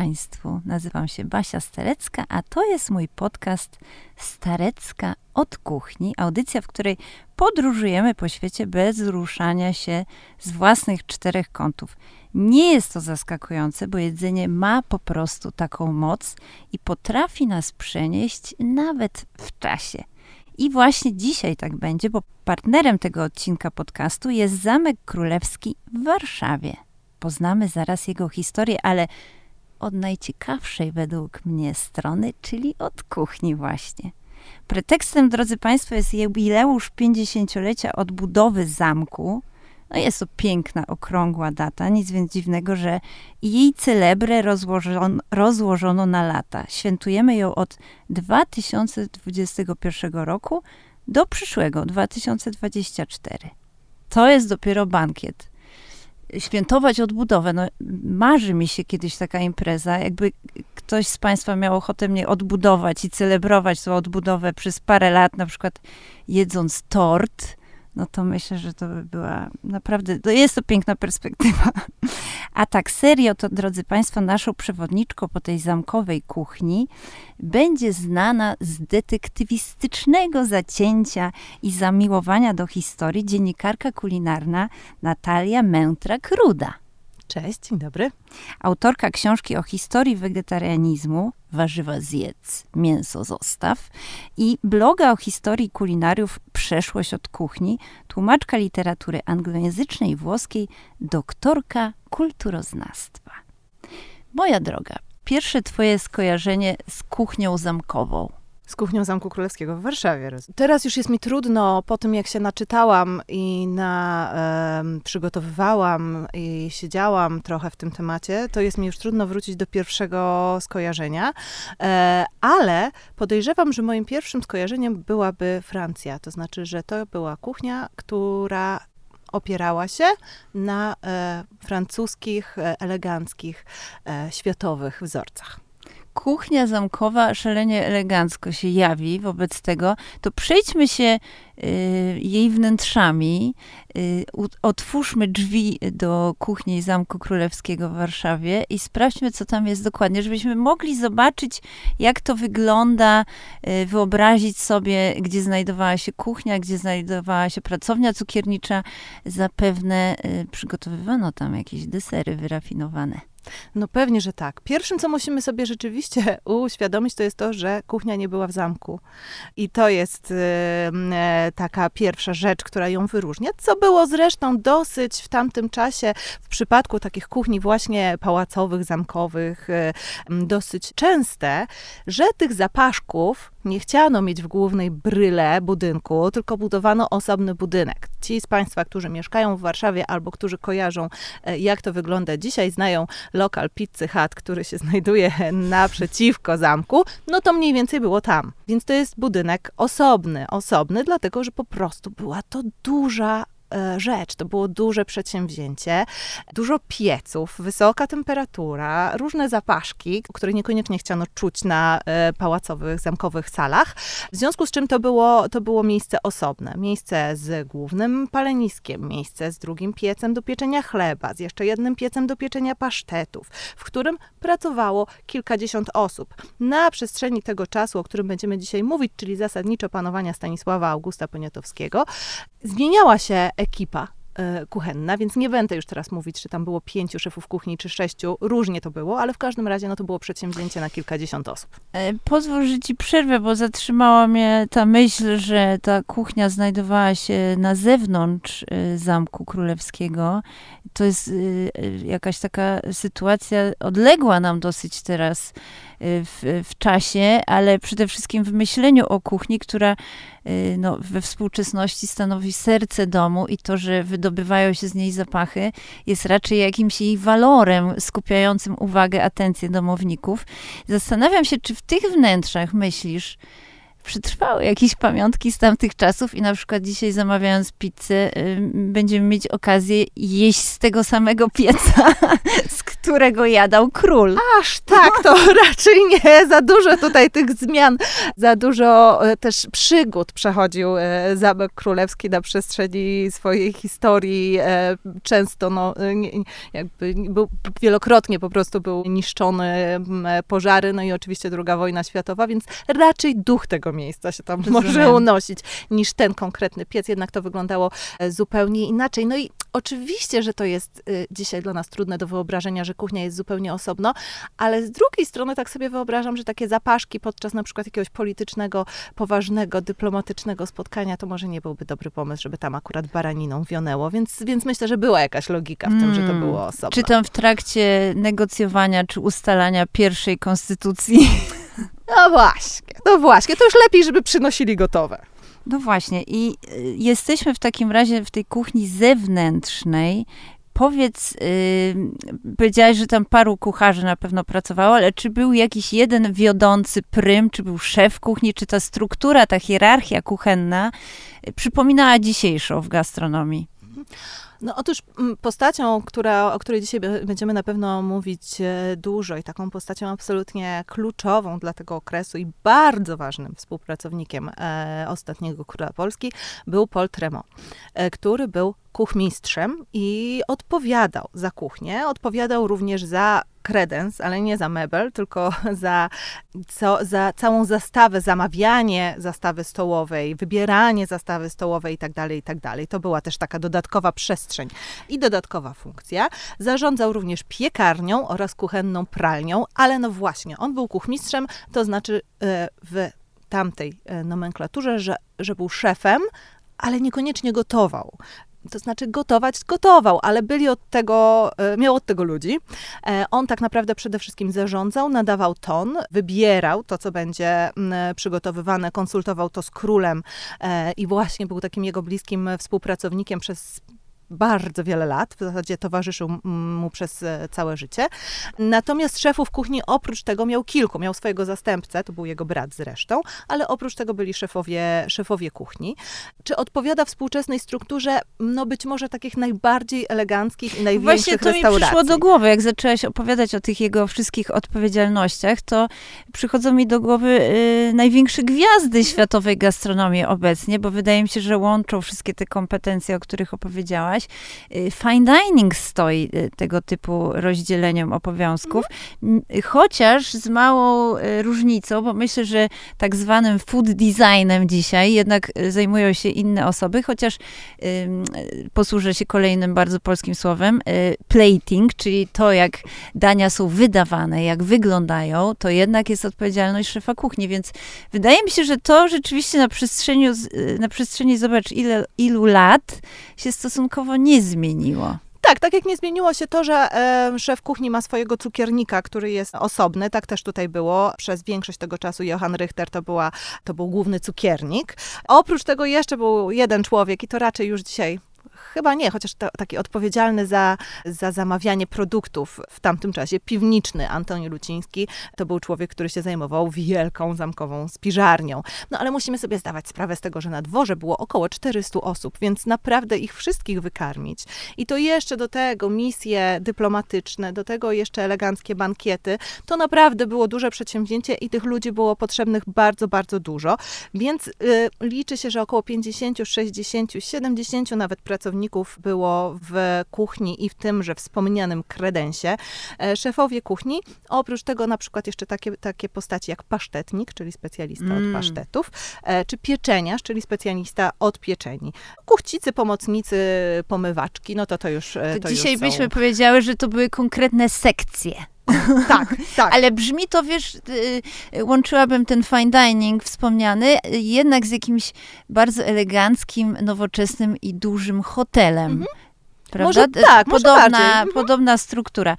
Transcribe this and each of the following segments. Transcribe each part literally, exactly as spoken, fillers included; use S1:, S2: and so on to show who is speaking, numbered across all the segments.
S1: Państwu. Nazywam się Basia Starecka, a to jest mój podcast Starecka od kuchni. Audycja, w której podróżujemy po świecie bez ruszania się z własnych czterech kątów. Nie jest to zaskakujące, bo jedzenie ma po prostu taką moc i potrafi nas przenieść nawet w czasie. I właśnie dzisiaj tak będzie, bo partnerem tego odcinka podcastu jest Zamek Królewski w Warszawie. Poznamy zaraz jego historię, ale od najciekawszej według mnie strony, czyli od kuchni właśnie. Pretekstem, drodzy Państwo, jest jubileusz pięćdziesięciolecia odbudowy zamku. No jest to piękna, okrągła data, nic więc dziwnego, że jej celebrę rozłożono, rozłożono na lata. Świętujemy ją od dwa tysiące dwudziestego pierwszego roku do przyszłego, dwa tysiące dwudziestego czwartego. To jest dopiero bankiet. Świętować odbudowę. No, marzy mi się kiedyś taka impreza, jakby ktoś z Państwa miał ochotę mnie odbudować i celebrować tą odbudowę przez parę lat, na przykład jedząc tort, no to myślę, że to by była naprawdę, to jest to piękna perspektywa. A tak serio, to drodzy Państwo, naszą przewodniczką po tej zamkowej kuchni będzie znana z detektywistycznego zacięcia i zamiłowania do historii dziennikarka kulinarna Natalia Mętrak-Ruda.
S2: Cześć, dzień dobry.
S1: Autorka książki o historii wegetarianizmu, warzywa zjedz, mięso zostaw, i bloga o historii kulinariów Przeszłość od kuchni, tłumaczka literatury anglojęzycznej i włoskiej, doktorka kulturoznawstwa. Moja droga, pierwsze twoje skojarzenie z kuchnią zamkową.
S2: Z kuchnią Zamku Królewskiego w Warszawie. Teraz już jest mi trudno, po tym jak się naczytałam i na, e, przygotowywałam i siedziałam trochę w tym temacie, to jest mi już trudno wrócić do pierwszego skojarzenia, e, ale podejrzewam, że moim pierwszym skojarzeniem byłaby Francja. To znaczy, że to była kuchnia, która opierała się na e, francuskich, e, eleganckich, e, światowych wzorcach.
S1: Kuchnia zamkowa szalenie elegancko się jawi wobec tego, to przejdźmy się y, jej wnętrzami, y, u, otwórzmy drzwi do kuchni Zamku Królewskiego w Warszawie i sprawdźmy, co tam jest dokładnie, żebyśmy mogli zobaczyć, jak to wygląda, y, wyobrazić sobie, gdzie znajdowała się kuchnia, gdzie znajdowała się pracownia cukiernicza. Zapewne y, przygotowywano tam jakieś desery wyrafinowane.
S2: No pewnie, że tak. Pierwszym, co musimy sobie rzeczywiście uświadomić, to jest to, że kuchnia nie była w zamku. I to jest y, y, taka pierwsza rzecz, która ją wyróżnia, co było zresztą dosyć w tamtym czasie, w przypadku takich kuchni właśnie pałacowych, zamkowych, y, dosyć częste, że tych zapaszków nie chciano mieć w głównej bryle budynku, tylko budowano osobny budynek. Ci z Państwa, którzy mieszkają w Warszawie albo którzy kojarzą, jak to wygląda dzisiaj, znają lokal Pizzy Hut, który się znajduje naprzeciwko zamku, no to mniej więcej było tam. Więc to jest budynek osobny, osobny, dlatego że po prostu była to duża rzecz. To było duże przedsięwzięcie, dużo pieców, wysoka temperatura, różne zapaszki, które niekoniecznie chciano czuć na pałacowych, zamkowych salach. W związku z czym to było, to było miejsce osobne. Miejsce z głównym paleniskiem, miejsce z drugim piecem do pieczenia chleba, z jeszcze jednym piecem do pieczenia pasztetów, w którym pracowało kilkadziesiąt osób. Na przestrzeni tego czasu, o którym będziemy dzisiaj mówić, czyli zasadniczo panowania Stanisława Augusta Poniatowskiego, zmieniała się ekipa y, kuchenna, więc nie będę już teraz mówić, czy tam było pięciu szefów kuchni, czy sześciu. Różnie to było, ale w każdym razie no, to było przedsięwzięcie na kilkadziesiąt osób.
S1: E, pozwól, że ci przerwę, bo zatrzymała mnie ta myśl, że ta kuchnia znajdowała się na zewnątrz y, Zamku Królewskiego. To jest y, jakaś taka sytuacja odległa nam dosyć teraz w, w czasie, ale przede wszystkim w myśleniu o kuchni, która no, we współczesności stanowi serce domu i to, że wydobywają się z niej zapachy, jest raczej jakimś jej walorem skupiającym uwagę, atencję domowników. Zastanawiam się, czy w tych wnętrzach, myślisz, przetrwały jakieś pamiątki z tamtych czasów i na przykład dzisiaj zamawiając pizzę y, będziemy mieć okazję jeść z tego samego pieca, z którego jadał król.
S2: Aż tak, to raczej nie. Za dużo tutaj tych zmian, za dużo e, też przygód przechodził e, Zamek Królewski na przestrzeni swojej historii. E, często no, nie, jakby był, wielokrotnie po prostu był niszczony, m, pożary, no i oczywiście druga wojna światowa, więc raczej duch tego miejsca się tam
S1: Rozumiem.
S2: może unosić, niż ten konkretny piec. Jednak to wyglądało e, zupełnie inaczej. No i oczywiście, że to jest y, dzisiaj dla nas trudne do wyobrażenia, że kuchnia jest zupełnie osobno, ale z drugiej strony tak sobie wyobrażam, że takie zapaszki podczas na przykład jakiegoś politycznego, poważnego, dyplomatycznego spotkania, to może nie byłby dobry pomysł, żeby tam akurat baraniną wionęło, więc, więc myślę, że była jakaś logika w tym, że to było osobno.
S1: Czy tam w trakcie negocjowania, czy ustalania pierwszej konstytucji?
S2: No właśnie, no właśnie, to już lepiej, żeby przynosili gotowe.
S1: No właśnie i y, jesteśmy w takim razie w tej kuchni zewnętrznej. Powiedz, yy, powiedziałaś, że tam paru kucharzy na pewno pracowało, ale czy był jakiś jeden wiodący prym, czy był szef kuchni, czy ta struktura, ta hierarchia kuchenna y, przypominała dzisiejszą w gastronomii?
S2: No otóż postacią, która, o której dzisiaj będziemy na pewno mówić dużo i taką postacią absolutnie kluczową dla tego okresu i bardzo ważnym współpracownikiem e, ostatniego króla Polski był Paul Trémaux, e, który był kuchmistrzem i odpowiadał za kuchnię, odpowiadał również za kredens, ale nie za mebel, tylko za, co, za całą zastawę, zamawianie zastawy stołowej, wybieranie zastawy stołowej i tak dalej, i tak dalej. To była też taka dodatkowa przestrzeń i dodatkowa funkcja. Zarządzał również piekarnią oraz kuchenną pralnią, ale no właśnie, on był kuchmistrzem, to znaczy w tamtej nomenklaturze, że, że był szefem, ale niekoniecznie gotował. To znaczy gotować, gotował, ale byli od tego, miał od tego ludzi. On tak naprawdę przede wszystkim zarządzał, nadawał ton, wybierał to, co będzie przygotowywane, konsultował to z królem i właśnie był takim jego bliskim współpracownikiem przez bardzo wiele lat, w zasadzie towarzyszył mu przez całe życie. Natomiast szefów kuchni oprócz tego miał kilku. Miał swojego zastępcę, to był jego brat zresztą, ale oprócz tego byli szefowie, szefowie kuchni. Czy odpowiada współczesnej strukturze, no być może takich najbardziej eleganckich i największych
S1: Właśnie to
S2: restauracji.
S1: mi przyszło do głowy, jak zaczęłaś opowiadać o tych jego wszystkich odpowiedzialnościach, to przychodzą mi do głowy y, największe gwiazdy światowej gastronomii obecnie, bo wydaje mi się, że łączą wszystkie te kompetencje, o których opowiedziałaś. Fine dining stoi tego typu rozdzieleniem obowiązków, chociaż z małą różnicą, bo myślę, że tak zwanym food designem dzisiaj jednak zajmują się inne osoby, chociaż y, posłużę się kolejnym bardzo polskim słowem, y, plating, czyli to, jak dania są wydawane, jak wyglądają, to jednak jest odpowiedzialność szefa kuchni, więc wydaje mi się, że to rzeczywiście na przestrzeni, na przestrzeni zobacz, ile, ilu lat się stosunkowo nie zmieniło.
S2: Tak, tak jak nie zmieniło się to, że e, szef kuchni ma swojego cukiernika, który jest osobny, tak też tutaj było. Przez większość tego czasu Johann Richter to, była, to był główny cukiernik. Oprócz tego jeszcze był jeden człowiek i to raczej już dzisiaj chyba nie, chociaż to, taki odpowiedzialny za, za zamawianie produktów w tamtym czasie, piwniczny Antoni Luciński, to był człowiek, który się zajmował wielką zamkową spiżarnią. No ale musimy sobie zdawać sprawę z tego, że na dworze było około czterystu osób, więc naprawdę ich wszystkich wykarmić. I to jeszcze do tego misje dyplomatyczne, do tego jeszcze eleganckie bankiety, to naprawdę było duże przedsięwzięcie i tych ludzi było potrzebnych bardzo, bardzo dużo. Więc y, liczy się, że około pięćdziesięciu, sześćdziesięciu, siedemdziesięciu nawet pracowników było w kuchni i w tymże wspomnianym kredensie. Szefowie kuchni, oprócz tego na przykład jeszcze takie, takie postaci jak pasztetnik, czyli specjalista mm. od pasztetów, czy pieczeniarz, czyli specjalista od pieczeni. Kuchcicy, pomocnicy, pomywaczki, no to to już to,
S1: to Dzisiaj
S2: już są...
S1: byśmy powiedziały, że to były konkretne sekcje.
S2: Tak, tak.
S1: Ale brzmi to, wiesz, y, łączyłabym ten fine dining wspomniany jednak z jakimś bardzo eleganckim, nowoczesnym i dużym hotelem. Mhm. Prawda?
S2: Może tak,
S1: podobna,
S2: może bardziej.
S1: podobna struktura.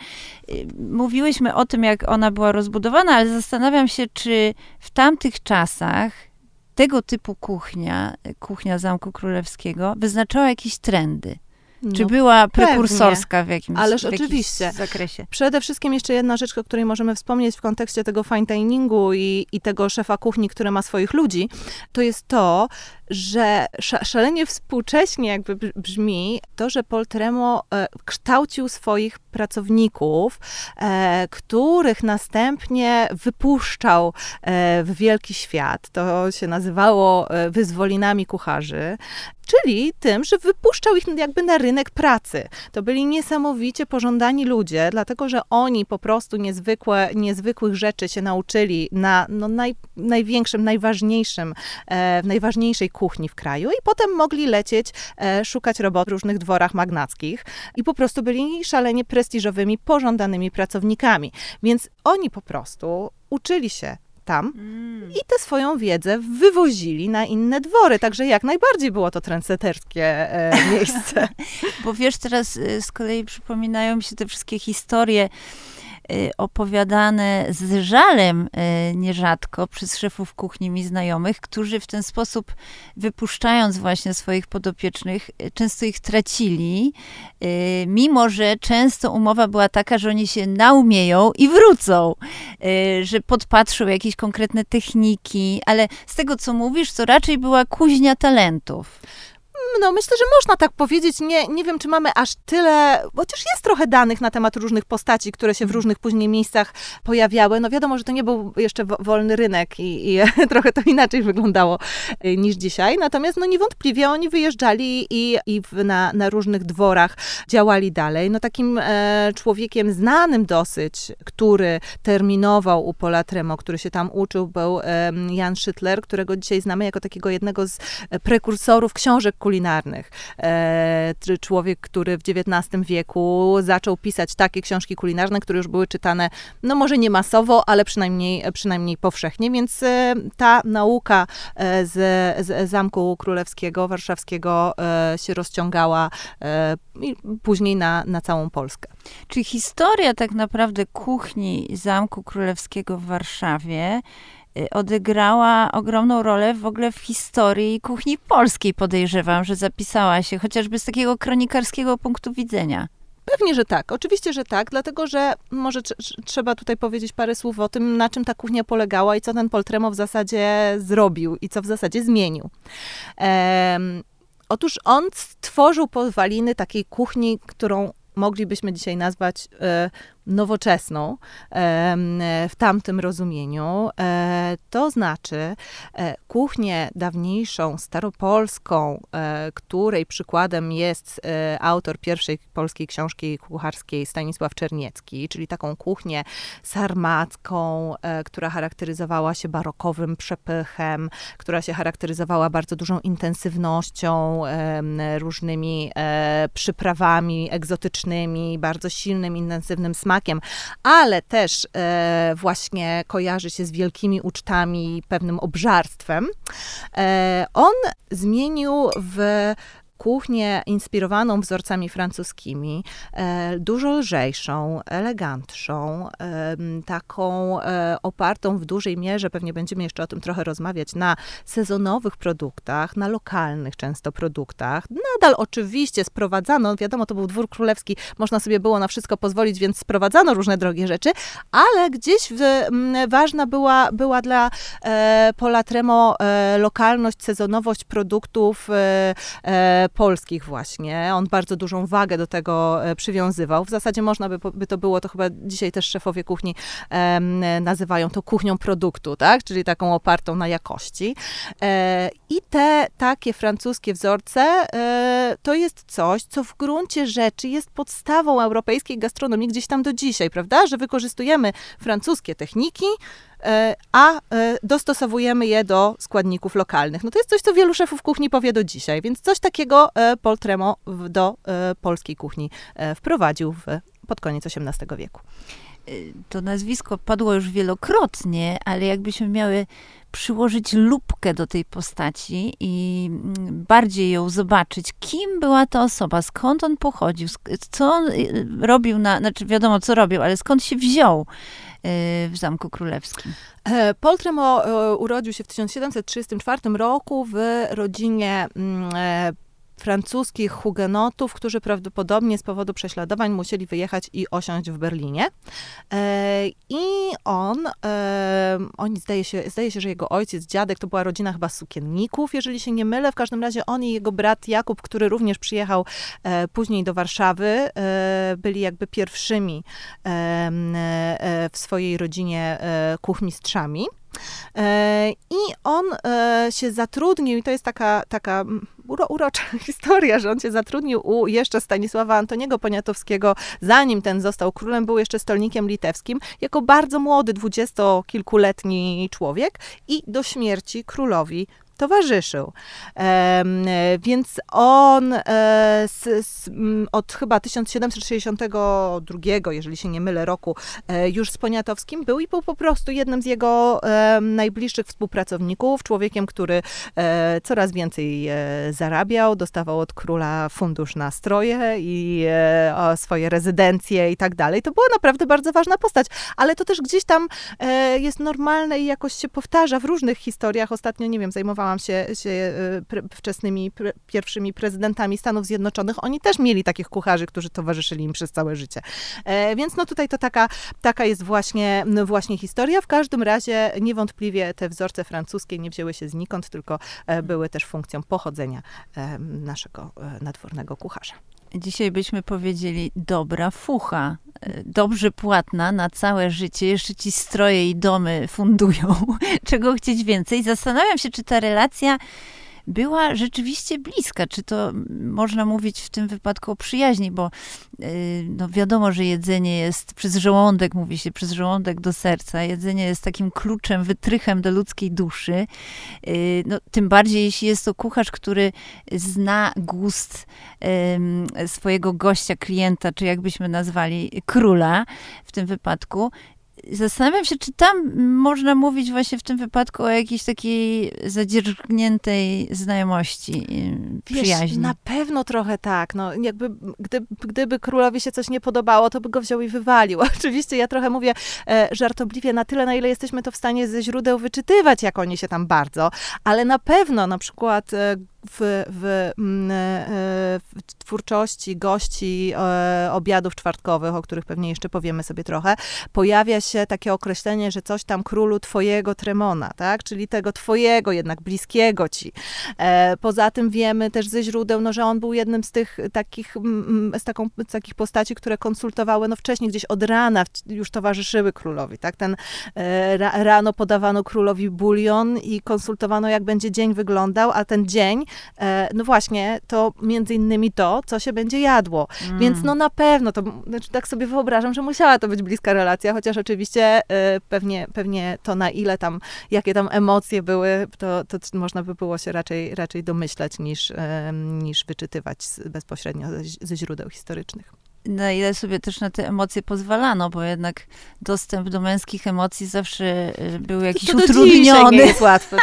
S1: Mówiłyśmy o tym, jak ona była rozbudowana, ale zastanawiam się, czy w tamtych czasach tego typu kuchnia, kuchnia Zamku Królewskiego, wyznaczała jakieś trendy. Czy
S2: No,
S1: była prekursorska w jakimś,
S2: Ależ
S1: w jakimś
S2: oczywiście.
S1: zakresie?
S2: Przede wszystkim jeszcze jedna rzecz, o której możemy wspomnieć w kontekście tego fine diningu i, i tego szefa kuchni, który ma swoich ludzi, to jest to, że szalenie współcześnie jakby brzmi to, że Paul Tremo e, kształcił swoich pracowników, e, których następnie wypuszczał e, w wielki świat. To się nazywało e, wyzwolinami kucharzy. Czyli tym, że wypuszczał ich jakby na rynek pracy. To byli niesamowicie pożądani ludzie, dlatego że oni po prostu niezwykłe, niezwykłych rzeczy się nauczyli na no, naj, największym, najważniejszym, e, w najważniejszej kuchni w kraju i potem mogli lecieć, e, szukać robot w różnych dworach magnackich i po prostu byli szalenie prestiżowymi, pożądanymi pracownikami. Więc oni po prostu uczyli się tam mm. i tę swoją wiedzę wywozili na inne dwory. Także jak najbardziej było to trendseterskie e, miejsce.
S1: Bo wiesz, teraz z kolei przypominają mi się te wszystkie historie opowiadane z żalem nierzadko przez szefów kuchni mi znajomych, którzy w ten sposób, wypuszczając właśnie swoich podopiecznych, często ich tracili, mimo że często umowa była taka, że oni się naumieją i wrócą, że podpatrzą jakieś konkretne techniki, ale z tego, co mówisz, to raczej była kuźnia talentów.
S2: No, myślę, że można tak powiedzieć. Nie, nie wiem, czy mamy aż tyle, chociaż jest trochę danych na temat różnych postaci, które się w różnych później miejscach pojawiały. No wiadomo, że to nie był jeszcze wolny rynek i, i trochę to inaczej wyglądało niż dzisiaj. Natomiast no niewątpliwie oni wyjeżdżali i, i w, na, na różnych dworach działali dalej. No takim e, człowiekiem znanym dosyć, który terminował u Paula Tremo, który się tam uczył, był e, Jan Szytler, którego dzisiaj znamy jako takiego jednego z prekursorów książek kulinarnych. E, człowiek, który w dziewiętnastym wieku zaczął pisać takie książki kulinarne, które już były czytane, no może nie masowo, ale przynajmniej, przynajmniej powszechnie, więc e, ta nauka e, z, z Zamku Królewskiego, Warszawskiego e, się rozciągała e, i później na, na całą Polskę.
S1: Czyli historia tak naprawdę kuchni Zamku Królewskiego w Warszawie odegrała ogromną rolę w ogóle w historii kuchni polskiej, podejrzewam, że zapisała się, chociażby z takiego kronikarskiego punktu widzenia.
S2: Pewnie, że tak. Oczywiście, że tak, dlatego, że może tr- trzeba tutaj powiedzieć parę słów o tym, na czym ta kuchnia polegała i co ten Paul Tremo w zasadzie zrobił i co w zasadzie zmienił. Ehm, otóż on stworzył podwaliny takiej kuchni, którą moglibyśmy dzisiaj nazwać e, nowoczesną e, w tamtym rozumieniu. E, to znaczy e, kuchnię dawniejszą, staropolską, e, której przykładem jest e, autor pierwszej polskiej książki kucharskiej Stanisław Czerniecki, czyli taką kuchnię sarmacką, e, która charakteryzowała się barokowym przepychem, która się charakteryzowała bardzo dużą intensywnością, e, różnymi e, przyprawami egzotycznymi, bardzo silnym, intensywnym smakiem, ale też e, właśnie kojarzy się z wielkimi ucztami, pewnym obżarstwem. E, on zmienił w kuchnię inspirowaną wzorcami francuskimi, e, dużo lżejszą, elegantszą, e, taką e, opartą w dużej mierze, pewnie będziemy jeszcze o tym trochę rozmawiać, na sezonowych produktach, na lokalnych często produktach. Nadal oczywiście sprowadzano, wiadomo, to był dwór królewski, można sobie było na wszystko pozwolić, więc sprowadzano różne drogie rzeczy, ale gdzieś w, m, ważna była, była dla e, Paula Tremo e, lokalność, sezonowość produktów e, e, polskich właśnie. On bardzo dużą wagę do tego przywiązywał. W zasadzie można by, by to było, to chyba dzisiaj też szefowie kuchni e, nazywają to kuchnią produktu, tak? Czyli taką opartą na jakości. E, I te takie francuskie wzorce e, to jest coś, co w gruncie rzeczy jest podstawą europejskiej gastronomii gdzieś tam do dzisiaj, prawda? Że wykorzystujemy francuskie techniki, a dostosowujemy je do składników lokalnych. No to jest coś, co wielu szefów kuchni powie do dzisiaj, więc coś takiego Paul Tremo do polskiej kuchni wprowadził w, pod koniec osiemnastego wieku.
S1: To nazwisko padło już wielokrotnie, ale jakbyśmy miały przyłożyć lupkę do tej postaci i bardziej ją zobaczyć, kim była ta osoba, skąd on pochodził, co on robił, na, znaczy wiadomo, co robił, ale skąd się wziął w Zamku Królewskim.
S2: Paul Tremo urodził się w tysiąc siedemset trzydziestym czwartym roku w rodzinie francuskich hugenotów, którzy prawdopodobnie z powodu prześladowań musieli wyjechać i osiąść w Berlinie. E, I on, e, on zdaje się, zdaje się, że jego ojciec, dziadek, to była rodzina chyba sukienników, jeżeli się nie mylę. W każdym razie on i jego brat Jakub, który również przyjechał e, później do Warszawy, e, byli jakby pierwszymi e, e, w swojej rodzinie e, kuchmistrzami. I on się zatrudnił, i to jest taka, taka uro, urocza historia, że on się zatrudnił u jeszcze Stanisława Antoniego Poniatowskiego, zanim ten został królem, był jeszcze stolnikiem litewskim, jako bardzo młody, dwudziestokilkuletni człowiek i do śmierci królowi towarzyszył. E, więc on e, z, z, od chyba tysiąc siedemset sześćdziesiątego drugiego, jeżeli się nie mylę, roku e, już z Poniatowskim był i był po prostu jednym z jego e, najbliższych współpracowników, człowiekiem, który e, coraz więcej e, zarabiał, dostawał od króla fundusz na stroje i e, swoje rezydencje i tak dalej. To była naprawdę bardzo ważna postać, ale to też gdzieś tam e, jest normalne i jakoś się powtarza w różnych historiach. Ostatnio, nie wiem, zajmowałam się, się pre, wczesnymi pre, pierwszymi prezydentami Stanów Zjednoczonych. Oni też mieli takich kucharzy, którzy towarzyszyli im przez całe życie. E, więc no tutaj to taka, taka jest właśnie, no właśnie historia. W każdym razie niewątpliwie te wzorce francuskie nie wzięły się znikąd, tylko e, były też funkcją pochodzenia e, naszego e, nadwornego kucharza.
S1: Dzisiaj byśmy powiedzieli dobra fucha, dobrze płatna na całe życie, jeszcze ci stroje i domy fundują, czego chcieć więcej. Zastanawiam się, czy ta relacja była rzeczywiście bliska, czy to można mówić w tym wypadku o przyjaźni, bo yy, no wiadomo, że jedzenie jest przez żołądek, mówi się, przez żołądek do serca. Jedzenie jest takim kluczem, wytrychem do ludzkiej duszy. Yy, no, tym bardziej, jeśli jest to kucharz, który zna gust yy, swojego gościa, klienta, czy jakbyśmy nazwali, króla w tym wypadku. Zastanawiam się, czy tam można mówić właśnie w tym wypadku o jakiejś takiej zadzierzgniętej znajomości, przyjaźni.
S2: Wiesz, na pewno trochę tak. No, jakby, gdyby, gdyby królowi się coś nie podobało, to by go wziął i wywalił. Oczywiście ja trochę mówię e, żartobliwie na tyle, na ile jesteśmy to w stanie ze źródeł wyczytywać, jak oni się tam bardzo, ale na pewno na przykład e, W, w, w twórczości gości e, obiadów czwartkowych, o których pewnie jeszcze powiemy sobie trochę, pojawia się takie określenie, że coś tam królu twojego Tremona, tak? Czyli tego twojego, jednak bliskiego ci. E, poza tym wiemy też ze źródeł, no, że on był jednym z tych takich, z, taką, z takich postaci, które konsultowały, no wcześniej gdzieś od rana już towarzyszyły królowi, tak? Ten e, ra, rano podawano królowi bulion i konsultowano, jak będzie dzień wyglądał, a ten dzień no właśnie, to między innymi to, co się będzie jadło. Mm. Więc no na pewno, to znaczy tak sobie wyobrażam, że musiała to być bliska relacja, chociaż oczywiście y, pewnie, pewnie to na ile tam, jakie tam emocje były, to, to można by było się raczej, raczej domyślać niż, y, niż wyczytywać bezpośrednio ze, ze źródeł historycznych.
S1: Na ile sobie też na te emocje pozwalano, bo jednak dostęp do męskich emocji zawsze był jakiś
S2: to
S1: utrudniony.
S2: Nie jest łatwe.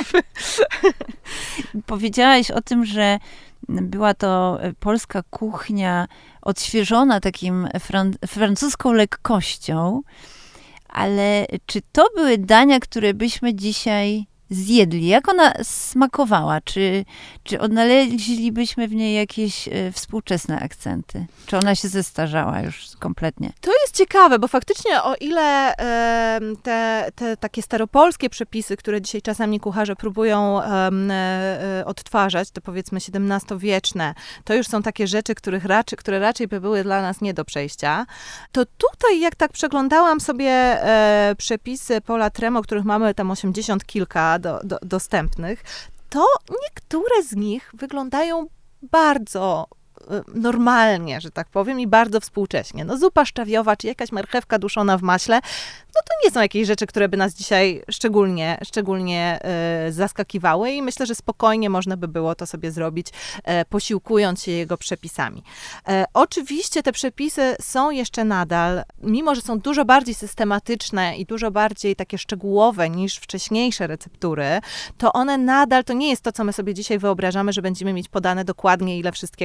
S1: Powiedziałaś o tym, że była to polska kuchnia odświeżona takim fran- francuską lekkością, ale czy to były dania, które byśmy dzisiaj zjedli? Jak ona smakowała? Czy, czy odnaleźlibyśmy w niej jakieś e, współczesne akcenty? Czy ona się zestarzała już kompletnie?
S2: To jest ciekawe, bo faktycznie o ile e, te, te takie staropolskie przepisy, które dzisiaj czasami kucharze próbują e, e, odtwarzać, to powiedzmy siedemnastowieczne, to już są takie rzeczy, których raczej, które raczej by były dla nas nie do przejścia, to tutaj jak tak przeglądałam sobie e, przepisy Paula Tremo, których mamy tam osiemdziesiąt kilka Do, do, dostępnych, to niektóre z nich wyglądają bardzo normalnie, że tak powiem, i bardzo współcześnie. No zupa szczawiowa, czy jakaś marchewka duszona w maśle, no to nie są jakieś rzeczy, które by nas dzisiaj szczególnie, szczególnie e, zaskakiwały i myślę, że spokojnie można by było to sobie zrobić, e, posiłkując się jego przepisami. E, oczywiście te przepisy są jeszcze nadal, mimo że są dużo bardziej systematyczne i dużo bardziej takie szczegółowe niż wcześniejsze receptury, to one nadal, to nie jest to, co my sobie dzisiaj wyobrażamy, że będziemy mieć podane dokładnie, ile wszystkiego będzie,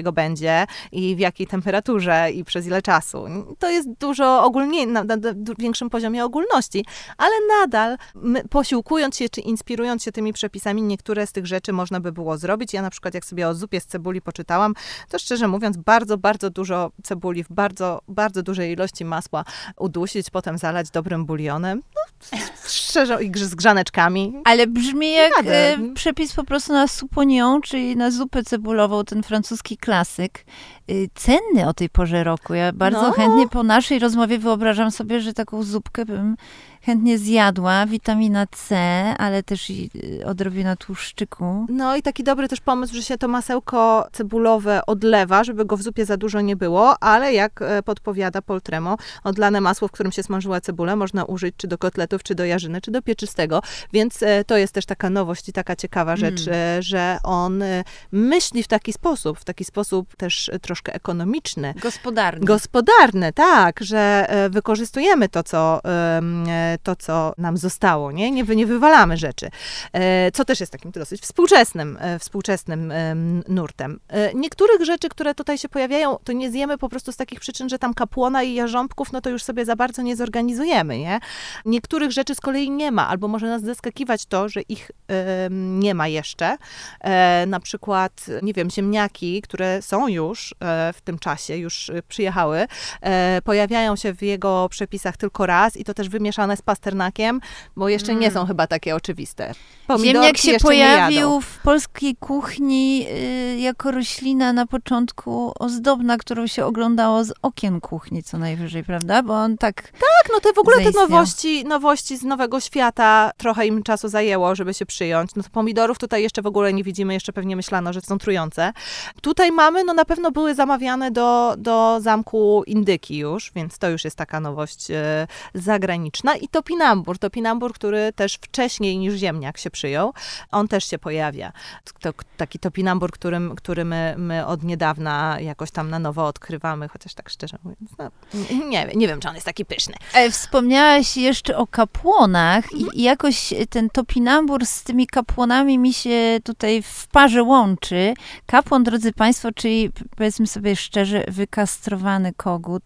S2: gdzie i w jakiej temperaturze i przez ile czasu. To jest dużo ogólnie, na, na, na większym poziomie ogólności, ale nadal my, posiłkując się czy inspirując się tymi przepisami, niektóre z tych rzeczy można by było zrobić. Ja na przykład jak sobie o zupie z cebuli poczytałam, to szczerze mówiąc bardzo, bardzo dużo cebuli w bardzo, bardzo dużej ilości masła udusić, potem zalać dobrym bulionem. No, szczerze, i z grzaneczkami.
S1: Ale brzmi jak e, przepis po prostu na suponią, czyli na zupę cebulową, ten francuski klasyk. Y, cenny o tej porze roku. Ja bardzo
S2: No.
S1: chętnie po naszej rozmowie wyobrażam sobie, że taką zupkę bym chętnie zjadła. Witamina C, ale też i y, odrobina tłuszczyku.
S2: No i taki dobry też pomysł, że się to masełko cebulowe odlewa, żeby go w zupie za dużo nie było, ale jak e, podpowiada Poltremo, odlane masło, w którym się smażyła cebula, można użyć czy do kotletów, czy do jarzyny, czy do pieczystego, więc e, to jest też taka nowość i taka ciekawa rzecz,
S1: Mm.
S2: e, że on e, myśli w taki sposób, w taki sposób też e, troszkę ekonomiczny,
S1: Gospodarny.
S2: gospodarny, tak, że e, wykorzystujemy to, co, em, e, to, co nam zostało, nie? Nie, wy- nie wywalamy rzeczy, e, co też jest takim dosyć współczesnym, e, współczesnym em, nurtem. E, niektórych rzeczy, które tutaj się pojawiają, to nie zjemy po prostu z takich przyczyn, że tam kapłona i jarząbków, no to już sobie za bardzo nie zorganizujemy, nie? Niektórych rzeczy z kolei nie ma, albo może nas zaskakiwać to, że ich em, nie ma jeszcze. E, na przykład, nie wiem, ziemniaki, które są już e, w tym czasie, już e, przyjechały, e, pojawiają się w jego przepisach tylko raz i to też wymieszane z pasternakiem, bo jeszcze nie
S1: Mm.
S2: są chyba takie oczywiste.
S1: Ziemniak
S2: Pomidorki
S1: się
S2: jeszcze nie jadą.
S1: pojawił w polskiej kuchni y, jako roślina na początku ozdobna, którą się oglądało z okien kuchni co najwyżej, prawda? Bo on tak...
S2: Tak, no to w ogóle te
S1: zaistniał.
S2: nowości, nowości z Nowego Świata trochę im czasu zajęło, żeby się przyjąć. No to pomidorów tutaj jeszcze w ogóle nie widzimy, jeszcze pewnie myślano, że są trujące. Tutaj mamy, no na pewno były zamawiane do, do zamku indyki już, więc to już jest taka nowość e, zagraniczna. I topinambur, topinambur, który też wcześniej niż ziemniak się przyjął, on też się pojawia. To, taki topinambur, którym, który my, my od niedawna jakoś tam na nowo odkrywamy, chociaż tak szczerze mówiąc, no, nie, wiem, nie wiem, czy on jest taki pyszny.
S1: E, Wspomniałaś jeszcze o kapłonach i, i jakoś ten topinambur z tymi kapłonami mi się tutaj w parze łączy. Kapłon, drodzy Państwo, czyli powiedzmy sobie szczerze, wykastrowany kogut.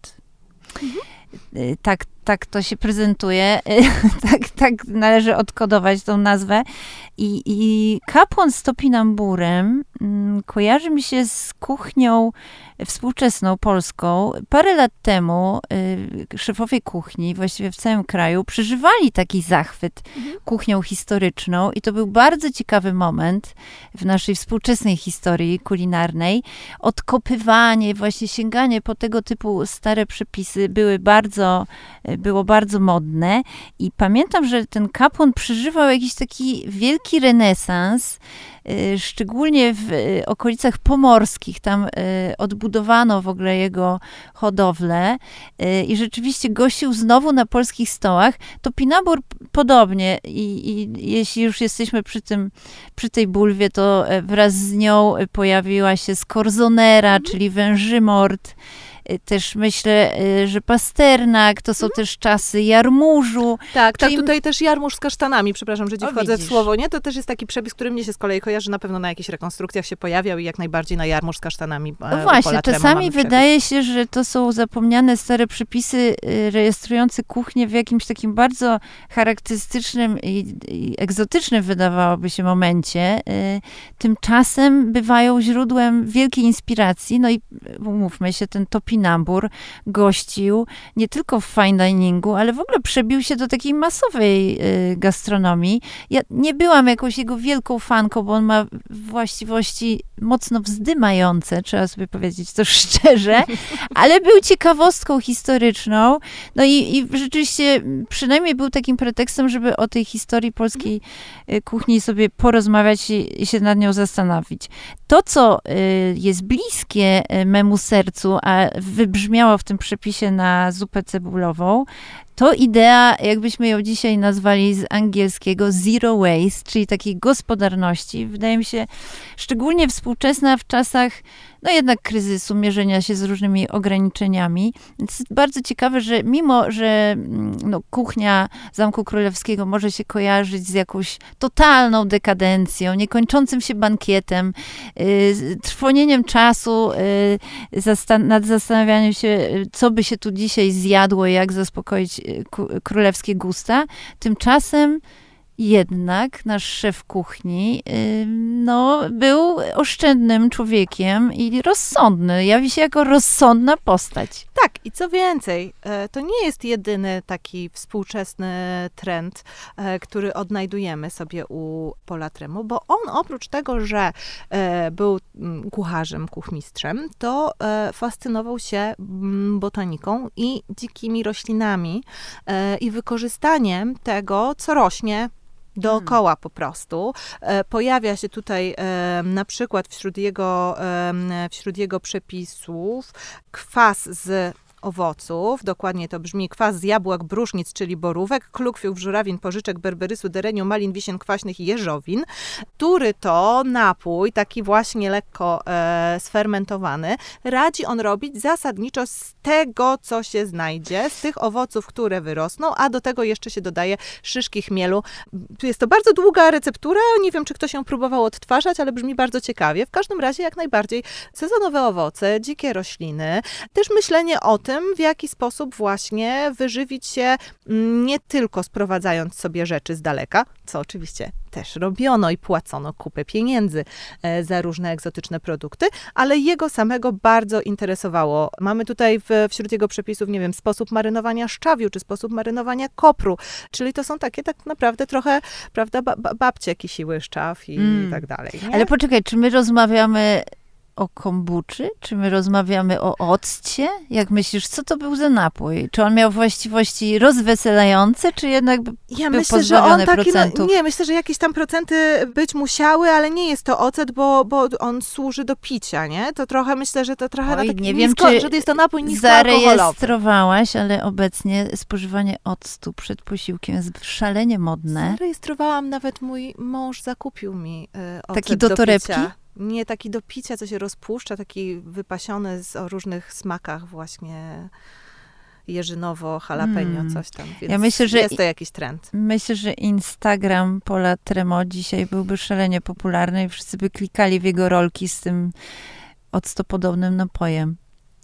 S1: Y, Tak, tak to się prezentuje, tak, tak należy odkodować tą nazwę. I, i kapłon z topinamburem mm, kojarzy mi się z kuchnią współczesną, polską. Parę lat temu y, szefowie kuchni, właściwie w całym kraju, przeżywali taki zachwyt
S2: Mhm.
S1: kuchnią historyczną i to był bardzo ciekawy moment w naszej współczesnej historii kulinarnej. Odkopywanie, właśnie sięganie po tego typu stare przepisy były bardzo, było bardzo modne i pamiętam, że ten kapłon przeżywał jakiś taki wielki renesans, y, szczególnie w y, okolicach pomorskich. Tam y, odbudowano w ogóle jego hodowlę y, i rzeczywiście gościł znowu na polskich stołach. Topinambur podobnie i, i jeśli już jesteśmy przy tym, przy tej bulwie, to e, wraz z nią e, pojawiła się skorzonera, czyli wężymort. E, Też myślę, e, że pasternak, to są też czasy jarmużu.
S2: Tak, tak,
S1: Czyli-
S2: tutaj też jarmuż z kasztanami, przepraszam, że ci
S1: O,
S2: wchodzę w
S1: widzisz.
S2: słowo, nie? To też jest taki przepis, który mnie się z kolei kojarzy, na pewno na jakichś rekonstrukcjach się pojawiał i jak najbardziej na jarmuż z kasztanami. e,
S1: No
S2: u
S1: właśnie,
S2: Pola Tremo
S1: czasami
S2: mamy przepis.
S1: wydaje się, że to są zapomniane stare przepisy y, rejestrujące kuchnię w jakimś takim bardzo charakterystycznym i, i egzotycznym, wydawałoby się, momencie. Y, Tymczasem bywają źródłem wielkiej inspiracji. No i y, umówmy się, ten topinambur gościł nie tylko w fine diningu, ale w ogóle przebił się do takiej masowej y, gastronomii. Ja nie byłam jakąś jego wielką fanką, bo on ma właściwości mocno wzdymające, trzeba sobie powiedzieć to szczerze, ale był ciekawostką historyczną. No i, i rzeczywiście przynajmniej był takim pretekstem, żeby o tej historii polskiej y, kuchni sobie porozmawiać i, i się nad nią zastanowić. To, co y, jest bliskie y, memu sercu, a wybrzmiało w tym przepisie na zupę cebulową, to idea, jakbyśmy ją dzisiaj nazwali z angielskiego zero waste, czyli takiej gospodarności. Wydaje mi się szczególnie współcześnie współczesna w czasach, no jednak kryzysu, mierzenia się z różnymi ograniczeniami. Więc jest bardzo ciekawe, że mimo, że no, kuchnia Zamku Królewskiego może się kojarzyć z jakąś totalną dekadencją, niekończącym się bankietem, yy, trwonieniem czasu, yy, zastan- nad zastanawianiem się, co by się tu dzisiaj zjadło, jak zaspokoić ku- królewskie gusta, tymczasem jednak nasz szef kuchni no, był oszczędnym człowiekiem i rozsądny. Jawi się jako rozsądna postać.
S2: Tak, i co więcej, to nie jest jedyny taki współczesny trend, który odnajdujemy sobie u Paula Tremo, bo on oprócz tego, że był kucharzem, kuchmistrzem, to fascynował się botaniką i dzikimi roślinami i wykorzystaniem tego, co rośnie dookoła po prostu. E, pojawia się tutaj e, na przykład wśród jego, e, wśród jego przepisów kwas z owoców, dokładnie to brzmi kwas z jabłek, brusznic, czyli borówek, klukwiów, żurawin, pożyczek, berberysu, dereniu, malin, wisien kwaśnych i jeżowin, który to napój, taki właśnie lekko e, sfermentowany, radzi on robić zasadniczo z tego, co się znajdzie, z tych owoców, które wyrosną, a do tego jeszcze się dodaje szyszki chmielu. Jest to bardzo długa receptura, nie wiem, czy ktoś ją próbował odtwarzać, ale brzmi bardzo ciekawie. W każdym razie jak najbardziej sezonowe owoce, dzikie rośliny, też myślenie o tym, w jaki sposób właśnie wyżywić się, nie tylko sprowadzając sobie rzeczy z daleka, co oczywiście też robiono i płacono kupę pieniędzy za różne egzotyczne produkty, ale jego samego bardzo interesowało. Mamy tutaj w, wśród jego przepisów, nie wiem, sposób marynowania szczawiu, czy sposób marynowania kopru, czyli to są takie tak naprawdę trochę, prawda, ba, babcie kisiły szczaw i, mm. i tak dalej. Nie?
S1: Ale poczekaj, czy my rozmawiamy o kombuczy? Czy my rozmawiamy o occie? Jak myślisz, co to był za napój? Czy on miał właściwości rozweselające, czy jednak
S2: ja
S1: był
S2: myślę, że on taki,
S1: procentów?
S2: No, nie, myślę, że jakieś tam procenty być musiały, ale nie jest to ocet, bo, bo on służy do picia, nie? To trochę, myślę, że to trochę
S1: Oj,
S2: tak
S1: nie
S2: nisko,
S1: wiem, czy
S2: że to jest to napój niskoalkoholowy.
S1: zarejestrowałaś, ale obecnie spożywanie octu przed posiłkiem jest szalenie modne.
S2: Zarejestrowałam, nawet mój mąż zakupił mi y, ocet
S1: Taki do torebki?
S2: picia. Nie, taki do picia, co się rozpuszcza, taki wypasiony z, o różnych smakach właśnie jeżynowo, jalapeno, mm. coś tam. Więc
S1: ja myślę, że
S2: jest to jakiś trend.
S1: Myślę, że Instagram Paula Tremo dzisiaj byłby szalenie popularny i wszyscy by klikali w jego rolki z tym octopodobnym napojem.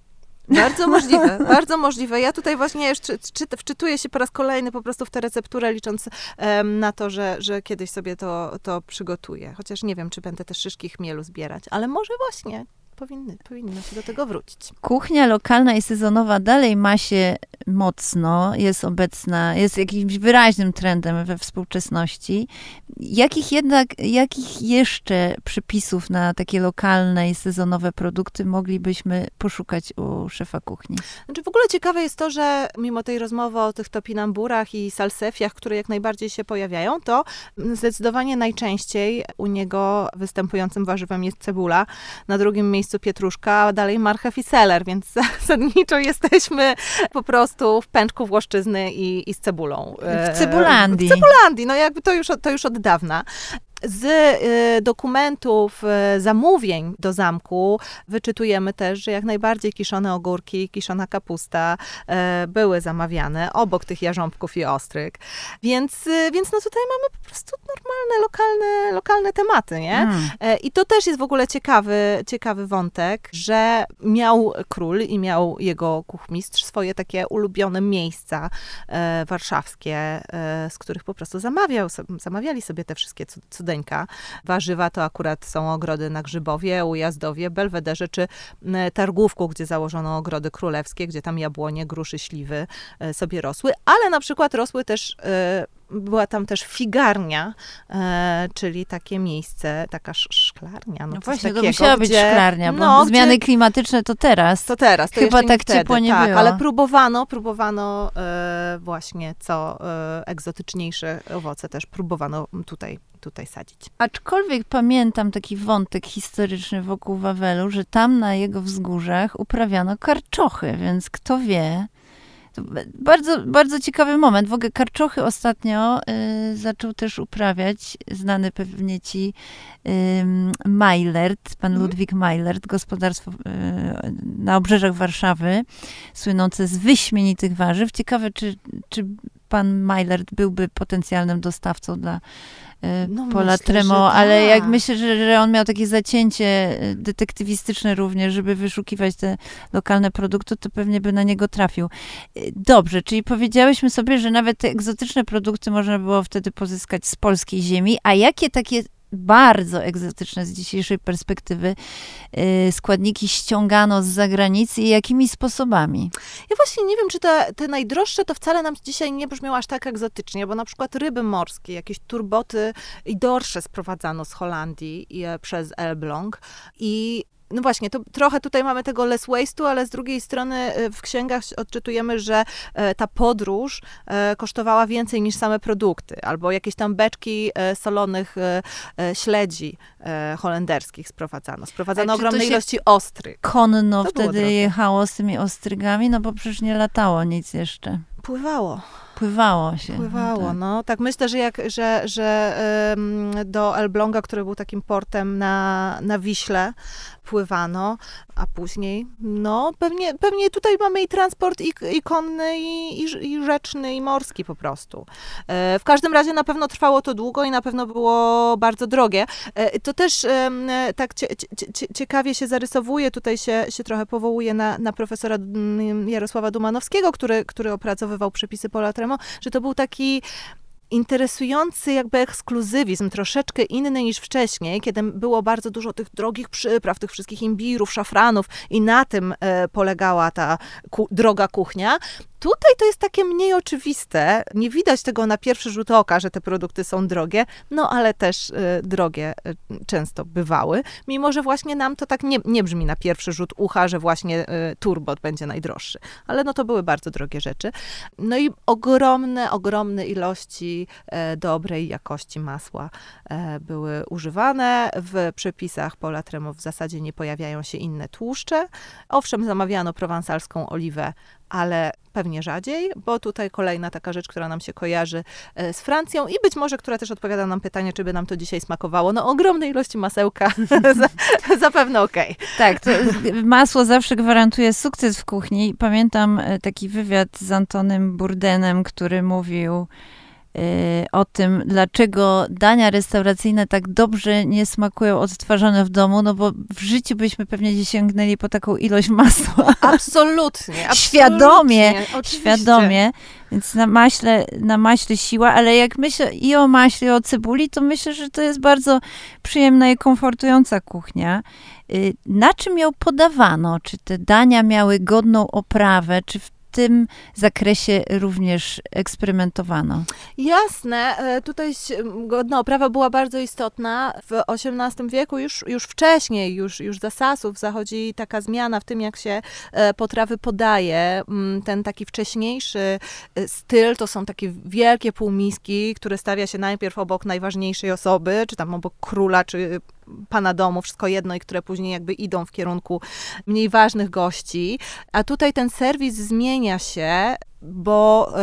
S2: Bardzo możliwe, bardzo możliwe. Ja tutaj właśnie już czy, czy, wczytuję się po raz kolejny po prostu w tę recepturę, licząc um, na to, że, że kiedyś sobie to, to przygotuję. Chociaż nie wiem, czy będę te szyszki chmielu zbierać, ale może właśnie powinny, powinno się do tego wrócić.
S1: Kuchnia lokalna i sezonowa dalej ma się mocno, jest obecna, jest jakimś wyraźnym trendem we współczesności. Jakich jednak, jakich jeszcze przepisów na takie lokalne i sezonowe produkty moglibyśmy poszukać u szefa kuchni?
S2: Znaczy w ogóle ciekawe jest to, że mimo tej rozmowy o tych topinamburach i salsefiach, które jak najbardziej się pojawiają, to zdecydowanie najczęściej u niego występującym warzywem jest cebula, na drugim miejscu pietruszka, a dalej marchew i seler, więc zasadniczo jesteśmy po prostu w pęczku włoszczyzny i, i z cebulą.
S1: W Cebulandii.
S2: W Cebulandii, no jakby to już, to już od dawna. Z y, dokumentów y, zamówień do zamku wyczytujemy też, że jak najbardziej kiszone ogórki, kiszona kapusta y, były zamawiane obok tych jarząbków i ostryg. Więc, y, więc no tutaj mamy po prostu normalne, lokalne, lokalne tematy, nie? Mm. Y, I to też jest w ogóle ciekawy, ciekawy wątek, że miał król i miał jego kuchmistrz swoje takie ulubione miejsca y, warszawskie, y, z których po prostu zamawiał, zamawiali sobie te wszystkie cudeńki. Warzywa to akurat są ogrody na Grzybowie, Ujazdowie, Belwederze czy Targówku, gdzie założono ogrody królewskie, gdzie tam jabłonie, gruszy, śliwy sobie rosły, ale na przykład rosły też była tam też figarnia, e, czyli takie miejsce, taka szklarnia. No,
S1: no właśnie,
S2: takiego,
S1: to musiała być
S2: gdzie,
S1: szklarnia, bo
S2: no,
S1: zmiany
S2: gdzie,
S1: klimatyczne to teraz.
S2: To teraz. To
S1: Chyba
S2: nie
S1: tak
S2: wtedy,
S1: ciepło nie
S2: tak,
S1: było.
S2: Ale próbowano, próbowano e, właśnie co e, egzotyczniejsze owoce też próbowano tutaj, tutaj sadzić.
S1: Aczkolwiek pamiętam taki wątek historyczny wokół Wawelu, że tam na jego wzgórzach uprawiano karczochy, więc kto wie, To bardzo, bardzo ciekawy moment. W ogóle karczochy ostatnio y, zaczął też uprawiać znany pewnie ci y, Maillert, pan
S2: Mhm.
S1: Ludwik Maillert, gospodarstwo y, na obrzeżach Warszawy, słynące z wyśmienitych warzyw. Ciekawe, czy, czy pan Maillert byłby potencjalnym dostawcą dla
S2: No,
S1: Pola
S2: myślę,
S1: Tremo,
S2: że
S1: ale
S2: tak.
S1: jak myślę, że, że on miał takie zacięcie detektywistyczne również, żeby wyszukiwać te lokalne produkty, to pewnie by na niego trafił. Dobrze, czyli powiedziałyśmy sobie, że nawet te egzotyczne produkty można było wtedy pozyskać z polskiej ziemi, a jakie takie bardzo egzotyczne z dzisiejszej perspektywy yy, składniki ściągano z zagranicy i jakimi sposobami?
S2: Ja właśnie nie wiem, czy te, te najdroższe to wcale nam dzisiaj nie brzmiało aż tak egzotycznie, bo na przykład ryby morskie, jakieś turboty i dorsze sprowadzano z Holandii i, e, przez Elbląg i no właśnie, to trochę tutaj mamy tego less waste'u, ale z drugiej strony e, w księgach odczytujemy, że e, ta podróż e, kosztowała więcej niż same produkty, albo jakieś tam beczki e, solonych e, e, śledzi e, holenderskich sprowadzano. Sprowadzano
S1: A czy to
S2: ogromne
S1: się
S2: ilości ostryg.
S1: Konno
S2: To było
S1: wtedy
S2: drogie.
S1: jechało z tymi ostrygami, no bo przecież nie latało nic jeszcze.
S2: Pływało.
S1: Pływało się.
S2: Pływało,
S1: No tak.
S2: no. Tak myślę, że, jak, że, że ym, do Elbląga, który był takim portem na, na Wiśle, pływano, a później, no, pewnie, pewnie tutaj mamy i transport i, i konny, i, i, i rzeczny, i morski po prostu. E, w każdym razie na pewno trwało to długo i na pewno było bardzo drogie. E, to też em, tak cie, cie, cie, ciekawie się zarysowuje, tutaj się, się trochę powołuje na, na profesora mm, Jarosława Dumanowskiego, który, który opracowywał przepisy Pola Tremo, że to był taki interesujący jakby ekskluzywizm, troszeczkę inny niż wcześniej, kiedy było bardzo dużo tych drogich przypraw, tych wszystkich imbirów, szafranów i na tym e, polegała ta ku, droga kuchnia. Tutaj to jest takie mniej oczywiste. Nie widać tego na pierwszy rzut oka, że te produkty są drogie, no ale też y, drogie y, często bywały, mimo że właśnie nam to tak nie, nie brzmi na pierwszy rzut ucha, że właśnie y, turbot będzie najdroższy. Ale no to były bardzo drogie rzeczy. No i ogromne, ogromne ilości e, dobrej jakości masła e, były używane. W przepisach Pola Tremo w zasadzie nie pojawiają się inne tłuszcze. Owszem, zamawiano prowansalską oliwę, ale pewnie rzadziej, bo tutaj kolejna taka rzecz, która nam się kojarzy z Francją i być może, która też odpowiada nam pytanie, czy by nam to dzisiaj smakowało. No ogromnej ilości masełka, zapewne okej. Okay.
S1: Tak, to masło zawsze gwarantuje sukces w kuchni. Pamiętam taki wywiad z Antonym Bourdainem, który mówił o tym, dlaczego dania restauracyjne tak dobrze nie smakują odtwarzane w domu, no bo w życiu byśmy pewnie nie sięgnęli po taką ilość masła.
S2: Absolutnie. absolutnie
S1: Świadomie,
S2: oczywiście.
S1: świadomie. Więc na maśle, na maśle siła, ale jak myślę i o maśle, i o cebuli, to myślę, że to jest bardzo przyjemna i komfortująca kuchnia. Na czym ją podawano? Czy te dania miały godną oprawę? Czy w tym zakresie również eksperymentowano?
S2: Jasne. Tutaj godna oprawa była bardzo istotna. W osiemnastym wieku, już, już wcześniej, już, już za Sasów zachodzi taka zmiana w tym, jak się potrawy podaje. Ten taki wcześniejszy styl to są takie wielkie półmiski, które stawia się najpierw obok najważniejszej osoby, czy tam obok króla, czy pana domu, wszystko jedno, i które później jakby idą w kierunku mniej ważnych gości. A tutaj ten serwis zmienia się, bo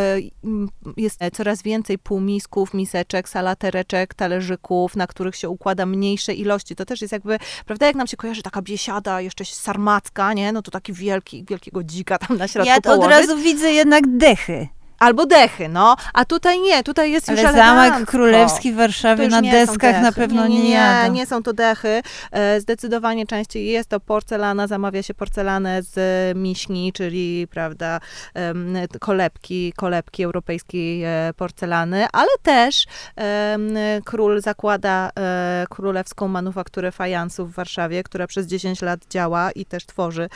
S2: jest coraz więcej półmisków, miseczek, salatereczek, talerzyków, na których się układa mniejsze ilości. To też jest jakby, prawda, jak nam się kojarzy taka biesiada, jeszcze sarmacka, nie? No to taki wielki, wielkiego dzika tam na środku
S1: Ja
S2: położyć.
S1: od razu widzę jednak dechy.
S2: Albo dechy, no. A tutaj nie, tutaj jest już
S1: Ale
S2: elegancko.
S1: Zamek Królewski w Warszawie na deskach na pewno nie,
S2: nie, nie,
S1: jadą.
S2: nie, nie są to dechy. E, zdecydowanie częściej jest to porcelana, zamawia się porcelanę z miśni, czyli, prawda, em, kolebki, kolebki europejskiej e, porcelany, ale też em, król zakłada e, królewską manufakturę fajansów w Warszawie, która przez dziesięć lat działa i też tworzy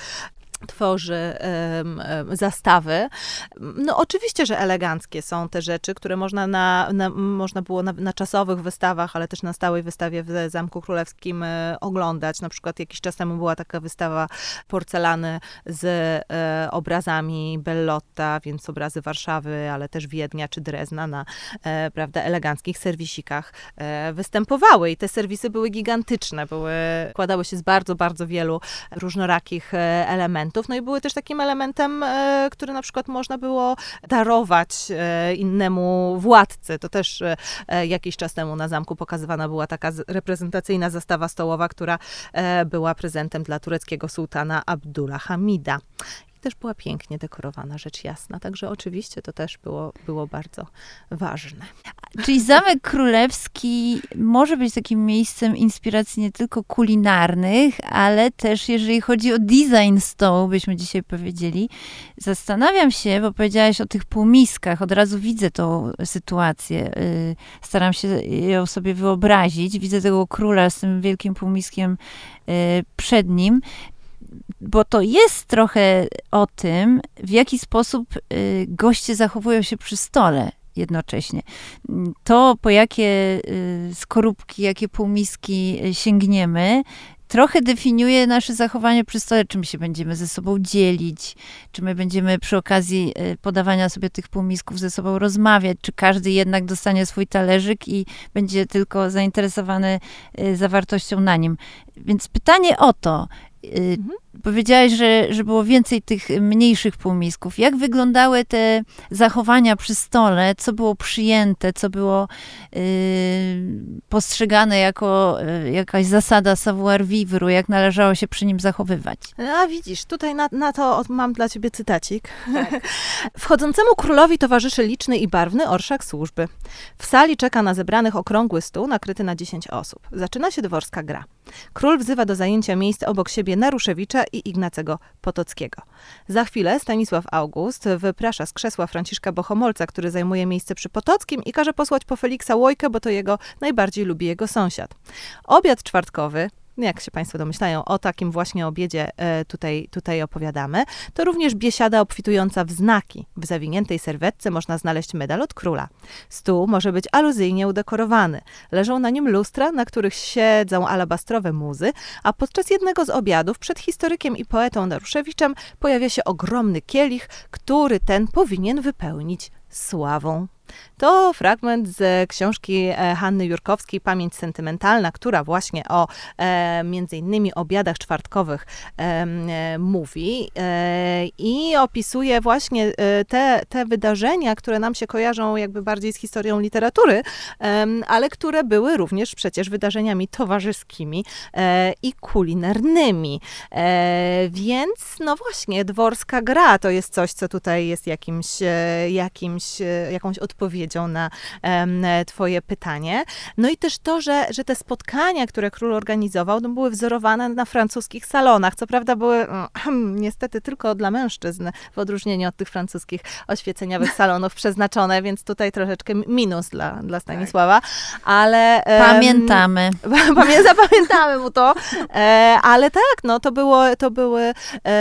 S2: tworzy um, um, zastawy. No oczywiście, że eleganckie są te rzeczy, które można, na, na, można było na, na czasowych wystawach, ale też na stałej wystawie w Zamku Królewskim e, oglądać. Na przykład jakiś czas temu była taka wystawa porcelany z e, obrazami Bellotta, więc obrazy Warszawy, ale też Wiednia czy Drezna na e, prawda, eleganckich serwisikach e, występowały. I te serwisy były gigantyczne, były, składały się z bardzo, bardzo wielu różnorakich e, elementów. elementów. No i były też takim elementem, e, który na przykład można było darować e, innemu władcy. To też e, jakiś czas temu na zamku pokazywana była taka z, reprezentacyjna zastawa stołowa, która e, była prezentem dla tureckiego sułtana Abdullah Hamida. Też była pięknie dekorowana, rzecz jasna. Także oczywiście to też było, było bardzo ważne.
S1: Czyli Zamek Królewski może być takim miejscem inspiracji nie tylko kulinarnych, ale też jeżeli chodzi o design stołu, byśmy dzisiaj powiedzieli. Zastanawiam się, bo powiedziałaś o tych półmiskach, od razu widzę tą sytuację. Staram się ją sobie wyobrazić. Widzę tego króla z tym wielkim półmiskiem przed nim. Bo to jest trochę o tym, w jaki sposób y, goście zachowują się przy stole jednocześnie. To, po jakie y, skorupki, jakie półmiski sięgniemy, trochę definiuje nasze zachowanie przy stole, czy my się będziemy ze sobą dzielić, czy my będziemy przy okazji podawania sobie tych półmisków ze sobą rozmawiać, czy każdy jednak dostanie swój talerzyk i będzie tylko zainteresowany zawartością na nim. Więc pytanie o to, mhm. Powiedziałaś, że, że było więcej tych mniejszych półmisków. Jak wyglądały te zachowania przy stole? Co było przyjęte? Co było yy, postrzegane jako yy, jakaś zasada savoir-vivre? Jak należało się przy nim zachowywać?
S2: A widzisz, tutaj na, na to mam dla ciebie cytacik. Tak. Wchodzącemu królowi towarzyszy liczny i barwny orszak służby. W sali czeka na zebranych okrągły stół nakryty na dziesięć osób. Zaczyna się dworska gra. Król wzywa do zajęcia miejsc obok siebie Naruszewicza i Ignacego Potockiego. Za chwilę Stanisław August wyprasza z krzesła Franciszka Bohomolca, który zajmuje miejsce przy Potockim, i każe posłać po Feliksa Łojkę, bo to jego najbardziej lubi jego sąsiad. Obiad czwartkowy, jak się Państwo domyślają, o takim właśnie obiedzie e, tutaj, tutaj opowiadamy, to również biesiada obfitująca w znaki. W zawiniętej serwetce można znaleźć medal od króla. Stół może być aluzyjnie udekorowany. Leżą na nim lustra, na których siedzą alabastrowe muzy, a podczas jednego z obiadów przed historykiem i poetą Naruszewiczem pojawia się ogromny kielich, który ten powinien wypełnić sławą. To fragment z książki Hanny Jurkowskiej „Pamięć sentymentalna”, która właśnie o e, między innymi obiadach czwartkowych e, e, mówi e, i opisuje właśnie e, te, te wydarzenia, które nam się kojarzą jakby bardziej z historią literatury, e, ale które były również przecież wydarzeniami towarzyskimi e, i kulinarnymi. E, więc no właśnie, dworska gra to jest coś, co tutaj jest jakimś, e, jakimś e, jakąś odpowiedzią na um, twoje pytanie. No i też to, że, że te spotkania, które król organizował, no, były wzorowane na francuskich salonach. Co prawda były um, niestety tylko dla mężczyzn, w odróżnieniu od tych francuskich oświeceniowych salonów przeznaczone, więc tutaj troszeczkę minus dla, dla Stanisława, ale... Um,
S1: pamiętamy.
S2: Pamię, zapamiętamy mu to, e, ale tak, no to, było, to były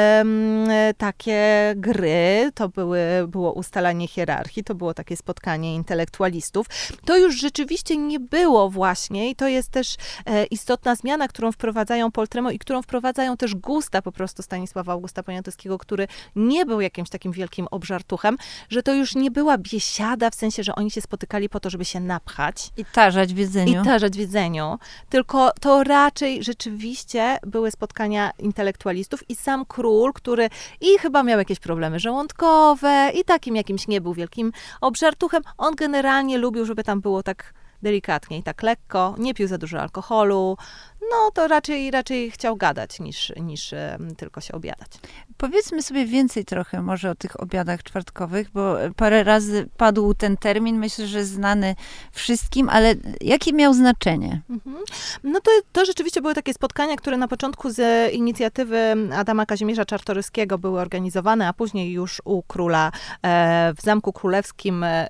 S2: um, takie gry, to były, było ustalanie hierarchii, to było takie spotkanie intelektualistów. To już rzeczywiście nie było właśnie i to jest też e, istotna zmiana, którą wprowadzają Poltremo i którą wprowadzają też gusta po prostu Stanisława Augusta Poniatowskiego, który nie był jakimś takim wielkim obżartuchem, że to już nie była biesiada, w sensie, że oni się spotykali po to, żeby się napchać.
S1: I tarzać w jedzeniu.
S2: I tarzać w jedzeniu. Tylko to raczej rzeczywiście były spotkania intelektualistów i sam król, który i chyba miał jakieś problemy żołądkowe i takim jakimś nie był wielkim obżartuchem. On generalnie lubił, żeby tam było tak delikatnie i tak lekko, nie pił za dużo alkoholu, no to raczej, raczej chciał gadać niż, niż um, tylko się obiadać.
S1: Powiedzmy sobie więcej trochę może o tych obiadach czwartkowych, bo parę razy padł ten termin, myślę, że znany wszystkim, ale jakie miał znaczenie? Mhm.
S2: No to, to rzeczywiście były takie spotkania, które na początku z inicjatywy Adama Kazimierza Czartoryskiego były organizowane, a później już u króla e, w Zamku Królewskim e,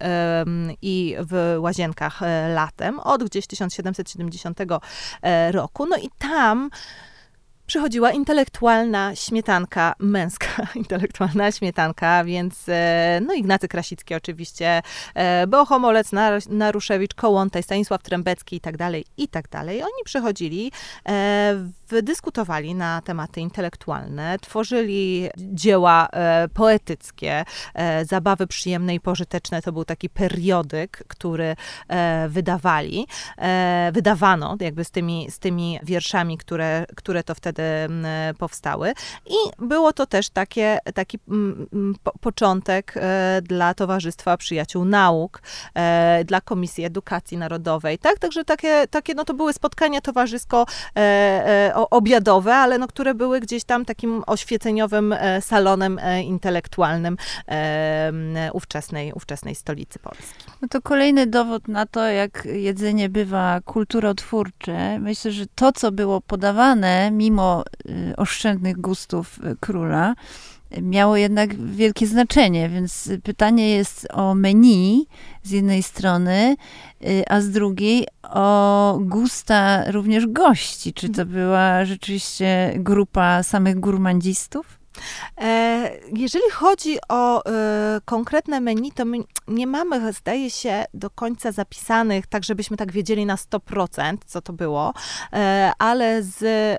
S2: i w Łazienkach e, latem, od gdzieś tysiąc siedemset siedemdziesiątego roku. No i tam przychodziła intelektualna śmietanka męska, intelektualna śmietanka, więc no Ignacy Krasicki oczywiście, Bohomolec, Naruszewicz, Kołłątaj, Stanisław Trębecki i tak dalej, i tak dalej. Oni przychodzili, dyskutowali na tematy intelektualne, tworzyli dzieła poetyckie, zabawy przyjemne i pożyteczne. To był taki periodyk, który wydawali, wydawano jakby z tymi, z tymi wierszami, które, które to wtedy powstały. I było to też takie, taki po, początek dla Towarzystwa Przyjaciół Nauk, dla Komisji Edukacji Narodowej, tak? Także takie, takie no to były spotkania towarzysko-obiadowe, ale no, które były gdzieś tam takim oświeceniowym salonem intelektualnym ówczesnej, ówczesnej stolicy Polski.
S1: No to kolejny dowód na to, jak jedzenie bywa kulturotwórcze. Myślę, że to, co było podawane, mimo y, oszczędnych gustów króla, miało jednak wielkie znaczenie, więc pytanie jest o menu z jednej strony, y, a z drugiej o gusta również gości. Czy to była rzeczywiście grupa samych gurmandzistów?
S2: Jeżeli chodzi o e, konkretne menu, to my nie mamy, zdaje się, do końca zapisanych, tak żebyśmy tak wiedzieli na sto procent, co to było, e, ale z e,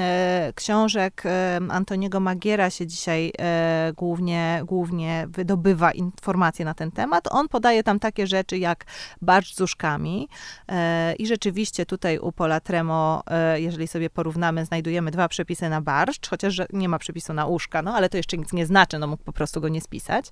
S2: książek e, Antoniego Magiera się dzisiaj e, głównie, głównie wydobywa informacje na ten temat. On podaje tam takie rzeczy jak barszcz z uszkami e, i rzeczywiście tutaj u Paula Tremo, e, jeżeli sobie porównamy, znajdujemy dwa przepisy na barszcz, chociaż nie ma przepisu na uszka, no ale to jeszcze nic nie znaczy, no mógł po prostu go nie spisać.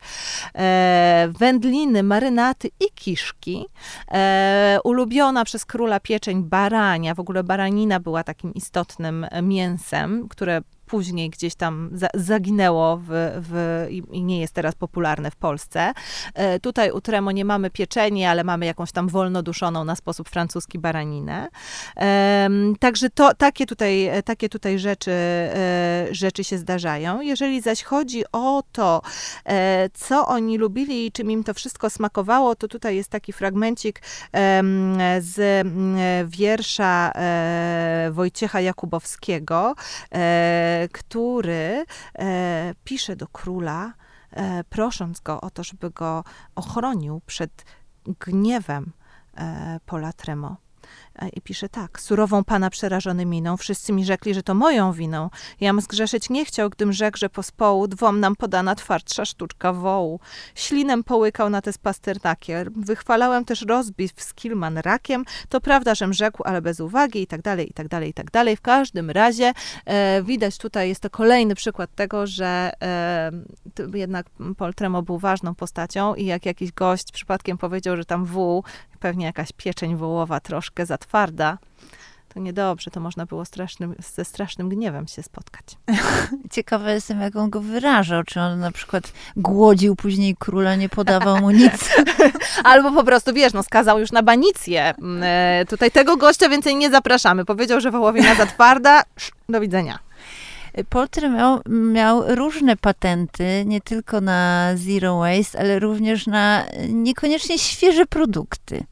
S2: E, wędliny, marynaty i kiszki. E, ulubiona przez króla pieczeń barania, w ogóle baranina była takim istotnym mięsem, które później gdzieś tam za, zaginęło w, w, i, i nie jest teraz popularne w Polsce. E, tutaj u Tremo nie mamy pieczenie, ale mamy jakąś tam wolnoduszoną na sposób francuski baraninę. E, także to, takie tutaj, takie tutaj rzeczy, e, rzeczy się zdarzają. Jeżeli zaś chodzi o to, e, co oni lubili i czym im to wszystko smakowało, to tutaj jest taki fragmencik e, z e, wiersza e, Wojciecha Jakubowskiego, e, który e, pisze do króla, e, prosząc go o to, żeby go ochronił przed gniewem e, Paula Tremo. E, I pisze tak: surową pana przerażony miną, wszyscy mi rzekli, że to moją winą. Jam zgrzeszyć nie chciał, gdym rzekł, że pospołu dwom nam podana twardsza sztuczka wołu. Ślinem połykał na te z pasternakier. Wychwalałem też rozbiw z kilman rakiem. To prawda, żem rzekł, ale bez uwagi i tak dalej, i tak dalej, i tak dalej. W każdym razie e, widać tutaj, jest to kolejny przykład tego, że e, jednak Paul Tremo był ważną postacią i jak jakiś gość przypadkiem powiedział, że tam wół, pewnie jakaś pieczeń wołowa troszkę za twarda, to niedobrze, to można było strasznym, ze strasznym gniewem się spotkać.
S1: Ciekawa jestem, jak on go wyrażał. Czy on na przykład głodził później króla, nie podawał mu nic?
S2: Albo po prostu, wiesz, no skazał już na banicję. E, tutaj tego gościa więcej nie zapraszamy. Powiedział, że wołowina za twarda. Do widzenia.
S1: Paul Tremo miał różne patenty, nie tylko na zero waste, ale również na niekoniecznie świeże produkty.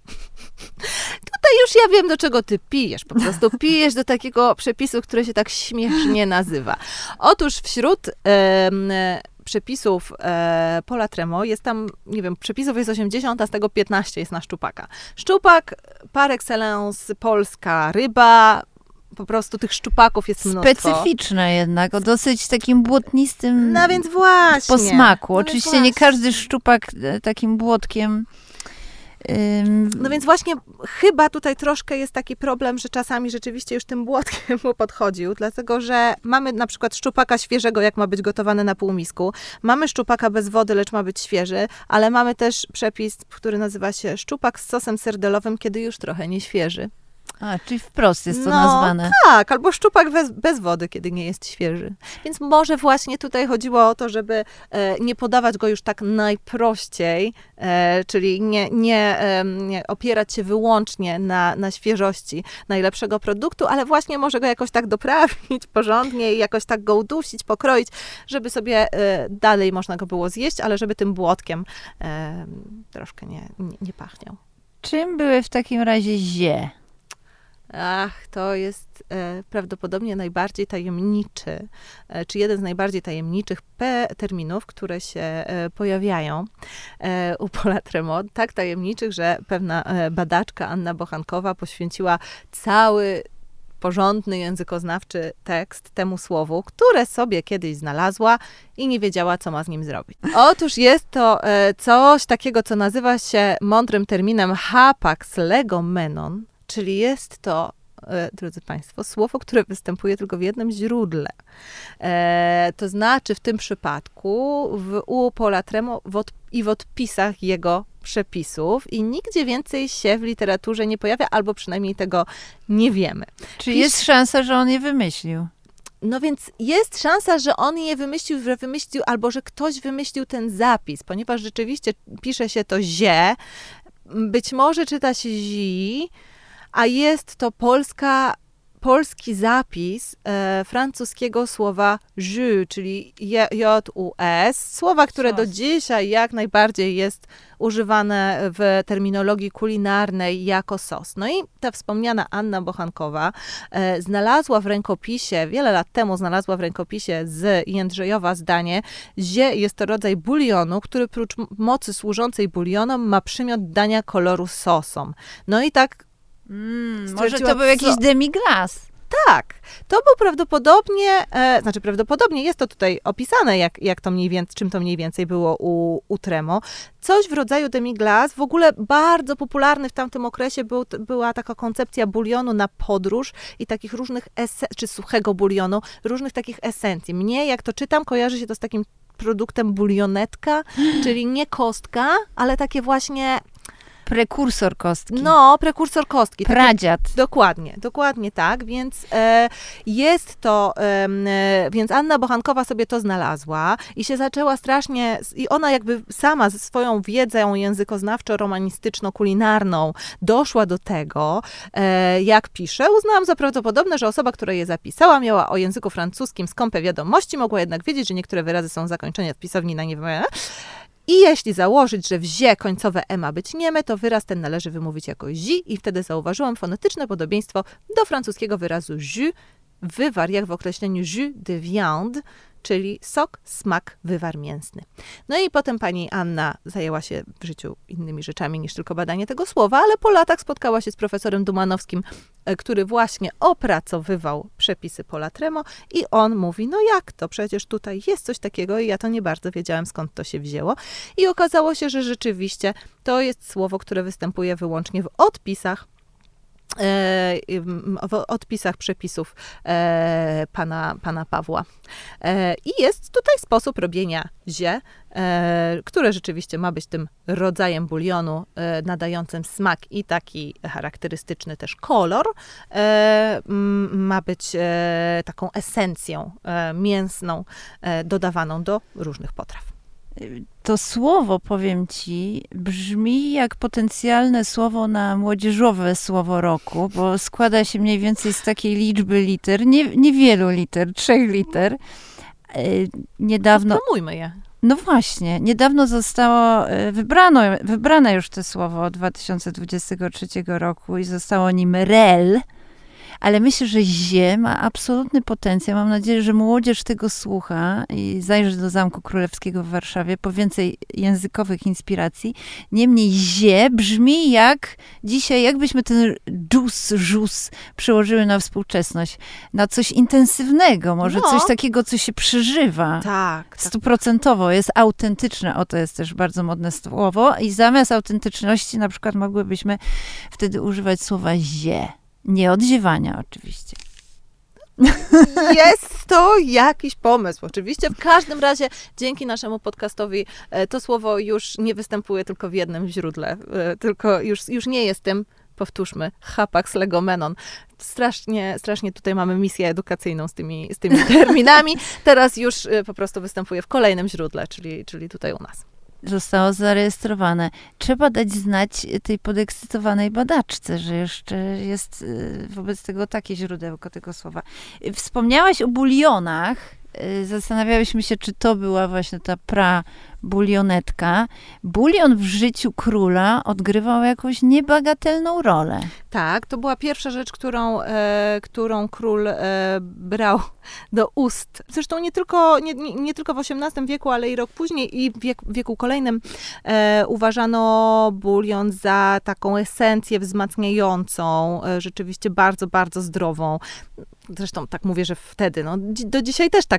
S2: Tutaj już ja wiem, do czego ty pijesz. Po prostu pijesz do takiego przepisu, który się tak śmiesznie nazywa. Otóż wśród e, przepisów e, Paula Tremo jest tam, nie wiem, przepisów jest osiemdziesiąt, a z tego piętnaście jest na szczupaka. Szczupak, par excellence, polska ryba. Po prostu tych szczupaków jest mnóstwo.
S1: Specyficzne jednak, o dosyć takim błotnistym
S2: no więc właśnie.
S1: posmaku.
S2: No
S1: Oczywiście
S2: właśnie.
S1: nie każdy szczupak takim błotkiem. Ym...
S2: No więc właśnie chyba tutaj troszkę jest taki problem, że czasami rzeczywiście już tym błotkiem mu podchodził, dlatego że mamy na przykład szczupaka świeżego, jak ma być gotowany na półmisku. Mamy szczupaka bez wody, lecz ma być świeży, ale mamy też przepis, który nazywa się szczupak z sosem serdelowym, kiedy już trochę nie świeży.
S1: A, czyli wprost jest to
S2: no,
S1: nazwane.
S2: Tak, albo szczupak bez, bez wody, kiedy nie jest świeży. Więc może właśnie tutaj chodziło o to, żeby e, nie podawać go już tak najprościej, e, czyli nie, nie, e, nie opierać się wyłącznie na, na świeżości najlepszego produktu, ale właśnie może go jakoś tak doprawić porządnie i jakoś tak go udusić, pokroić, żeby sobie e, dalej można go było zjeść, ale żeby tym błotkiem e, troszkę nie, nie, nie pachniał.
S1: Czym były w takim razie zie?
S2: Ach, to jest e, prawdopodobnie najbardziej tajemniczy, e, czy jeden z najbardziej tajemniczych P terminów, które się e, pojawiają e, u Paula Tremo. Tak tajemniczych, że pewna e, badaczka Anna Bochankowa poświęciła cały porządny, językoznawczy tekst temu słowu, które sobie kiedyś znalazła i nie wiedziała, co ma z nim zrobić. Otóż jest to e, coś takiego, co nazywa się mądrym terminem hapax legomenon, czyli jest to e, drodzy Państwo, słowo, które występuje tylko w jednym źródle. E, to znaczy w tym przypadku w u Paula Tremo w od, i w odpisach jego przepisów i nigdzie więcej się w literaturze nie pojawia, albo przynajmniej tego nie wiemy.
S1: Czy
S2: Pisz...
S1: jest szansa, że on je wymyślił?
S2: No więc jest szansa, że on je wymyślił, że wymyślił, albo że ktoś wymyślił ten zapis, ponieważ rzeczywiście pisze się to zie, być może czyta się zi, a jest to polska, polski zapis e, francuskiego słowa jus, czyli J U S, słowa, które Sos. do dzisiaj jak najbardziej jest używane w terminologii kulinarnej jako sos. No i ta wspomniana Anna Bochankowa e, znalazła w rękopisie, wiele lat temu znalazła w rękopisie z Jędrzejowa zdanie: zie jest to rodzaj bulionu, który prócz mocy służącej bulionom ma przymiot dania koloru sosom. No i tak
S1: Mm, może to był jakiś demi-glace.
S2: Tak, to był prawdopodobnie, e, znaczy prawdopodobnie jest to tutaj opisane, jak, jak to mniej więcej, czym to mniej więcej było u, u Tremo. Coś w rodzaju demi-glace, w ogóle bardzo popularny w tamtym okresie był, była taka koncepcja bulionu na podróż i takich różnych, esen- czy suchego bulionu, różnych takich esencji. Mnie, jak to czytam, kojarzy się to z takim produktem bulionetka, czyli nie kostka, ale takie właśnie...
S1: Prekursor kostki.
S2: No, prekursor kostki.
S1: Pradziad.
S2: Tak, dokładnie, dokładnie tak, więc e, jest to, e, więc Anna Bochankowa sobie to znalazła i się zaczęła strasznie, i ona jakby sama ze swoją wiedzą językoznawczo-romanistyczno-kulinarną doszła do tego, e, jak pisze. Uznałam za prawdopodobne, że osoba, która je zapisała, miała o języku francuskim skąpe wiadomości, mogła jednak wiedzieć, że niektóre wyrazy są zakończenia w pisowni na niewymawiane. I jeśli założyć, że w zie końcowe e ma być nieme, to wyraz ten należy wymówić jako zi i wtedy zauważyłam fonetyczne podobieństwo do francuskiego wyrazu jus, wywar jak w określeniu jus de viande, czyli sok, smak, wywar mięsny. No i potem pani Anna zajęła się w życiu innymi rzeczami niż tylko badanie tego słowa, ale po latach spotkała się z profesorem Dumanowskim, który właśnie opracowywał przepisy Paula Tremo i on mówi, no jak to, przecież tutaj jest coś takiego i ja to nie bardzo wiedziałem, skąd to się wzięło. I okazało się, że rzeczywiście to jest słowo, które występuje wyłącznie w odpisach w odpisach przepisów e, pana, pana Pawła. E, I jest tutaj sposób robienia zie, e, które rzeczywiście ma być tym rodzajem bulionu e, nadającym smak i taki charakterystyczny też kolor. E, m, ma być e, taką esencją e, mięsną e, dodawaną do różnych potraw.
S1: To słowo, powiem ci, brzmi jak potencjalne słowo na młodzieżowe słowo roku, bo składa się mniej więcej z takiej liczby liter, nie, niewielu liter, trzech liter. Niedawno...
S2: Promujmy je.
S1: No właśnie, niedawno zostało wybrano, wybrane już to słowo dwa tysiące dwudziestego trzeciego roku i zostało nim rel. Ale myślę, że zie ma absolutny potencjał. Mam nadzieję, że młodzież tego słucha i zajrzy do Zamku Królewskiego w Warszawie po więcej językowych inspiracji. Niemniej zie brzmi jak dzisiaj, jakbyśmy ten dżus, żus przełożyły na współczesność. Na coś intensywnego, może no. coś takiego, co się przeżywa.
S2: Tak. tak.
S1: Stuprocentowo, jest autentyczne. O, to jest też bardzo modne słowo. I zamiast autentyczności na przykład mogłybyśmy wtedy używać słowa zie. Nie odziewania oczywiście.
S2: Jest to jakiś pomysł. Oczywiście w każdym razie dzięki naszemu podcastowi to słowo już nie występuje tylko w jednym źródle. Tylko już, już nie jest tym, powtórzmy, hapax legomenon. Strasznie, strasznie tutaj mamy misję edukacyjną z tymi, z tymi terminami. Teraz już po prostu występuje w kolejnym źródle, czyli, czyli tutaj u nas.
S1: Zostało zarejestrowane. Trzeba dać znać tej podekscytowanej badaczce, że jeszcze jest wobec tego takie źródełko tego słowa. Wspomniałaś o bulionach. Zastanawiałyśmy się, czy to była właśnie ta pra-bulionetka. Bulion w życiu króla odgrywał jakąś niebagatelną rolę.
S2: Tak, to była pierwsza rzecz, którą, e, którą król e, brał do ust. Zresztą nie tylko, nie, nie, nie tylko w osiemnastym wieku, ale i rok później i w wieku, w wieku kolejnym e, uważano bulion za taką esencję wzmacniającą, e, rzeczywiście bardzo, bardzo zdrową. Zresztą tak mówię, że wtedy, no, do dzisiaj też tak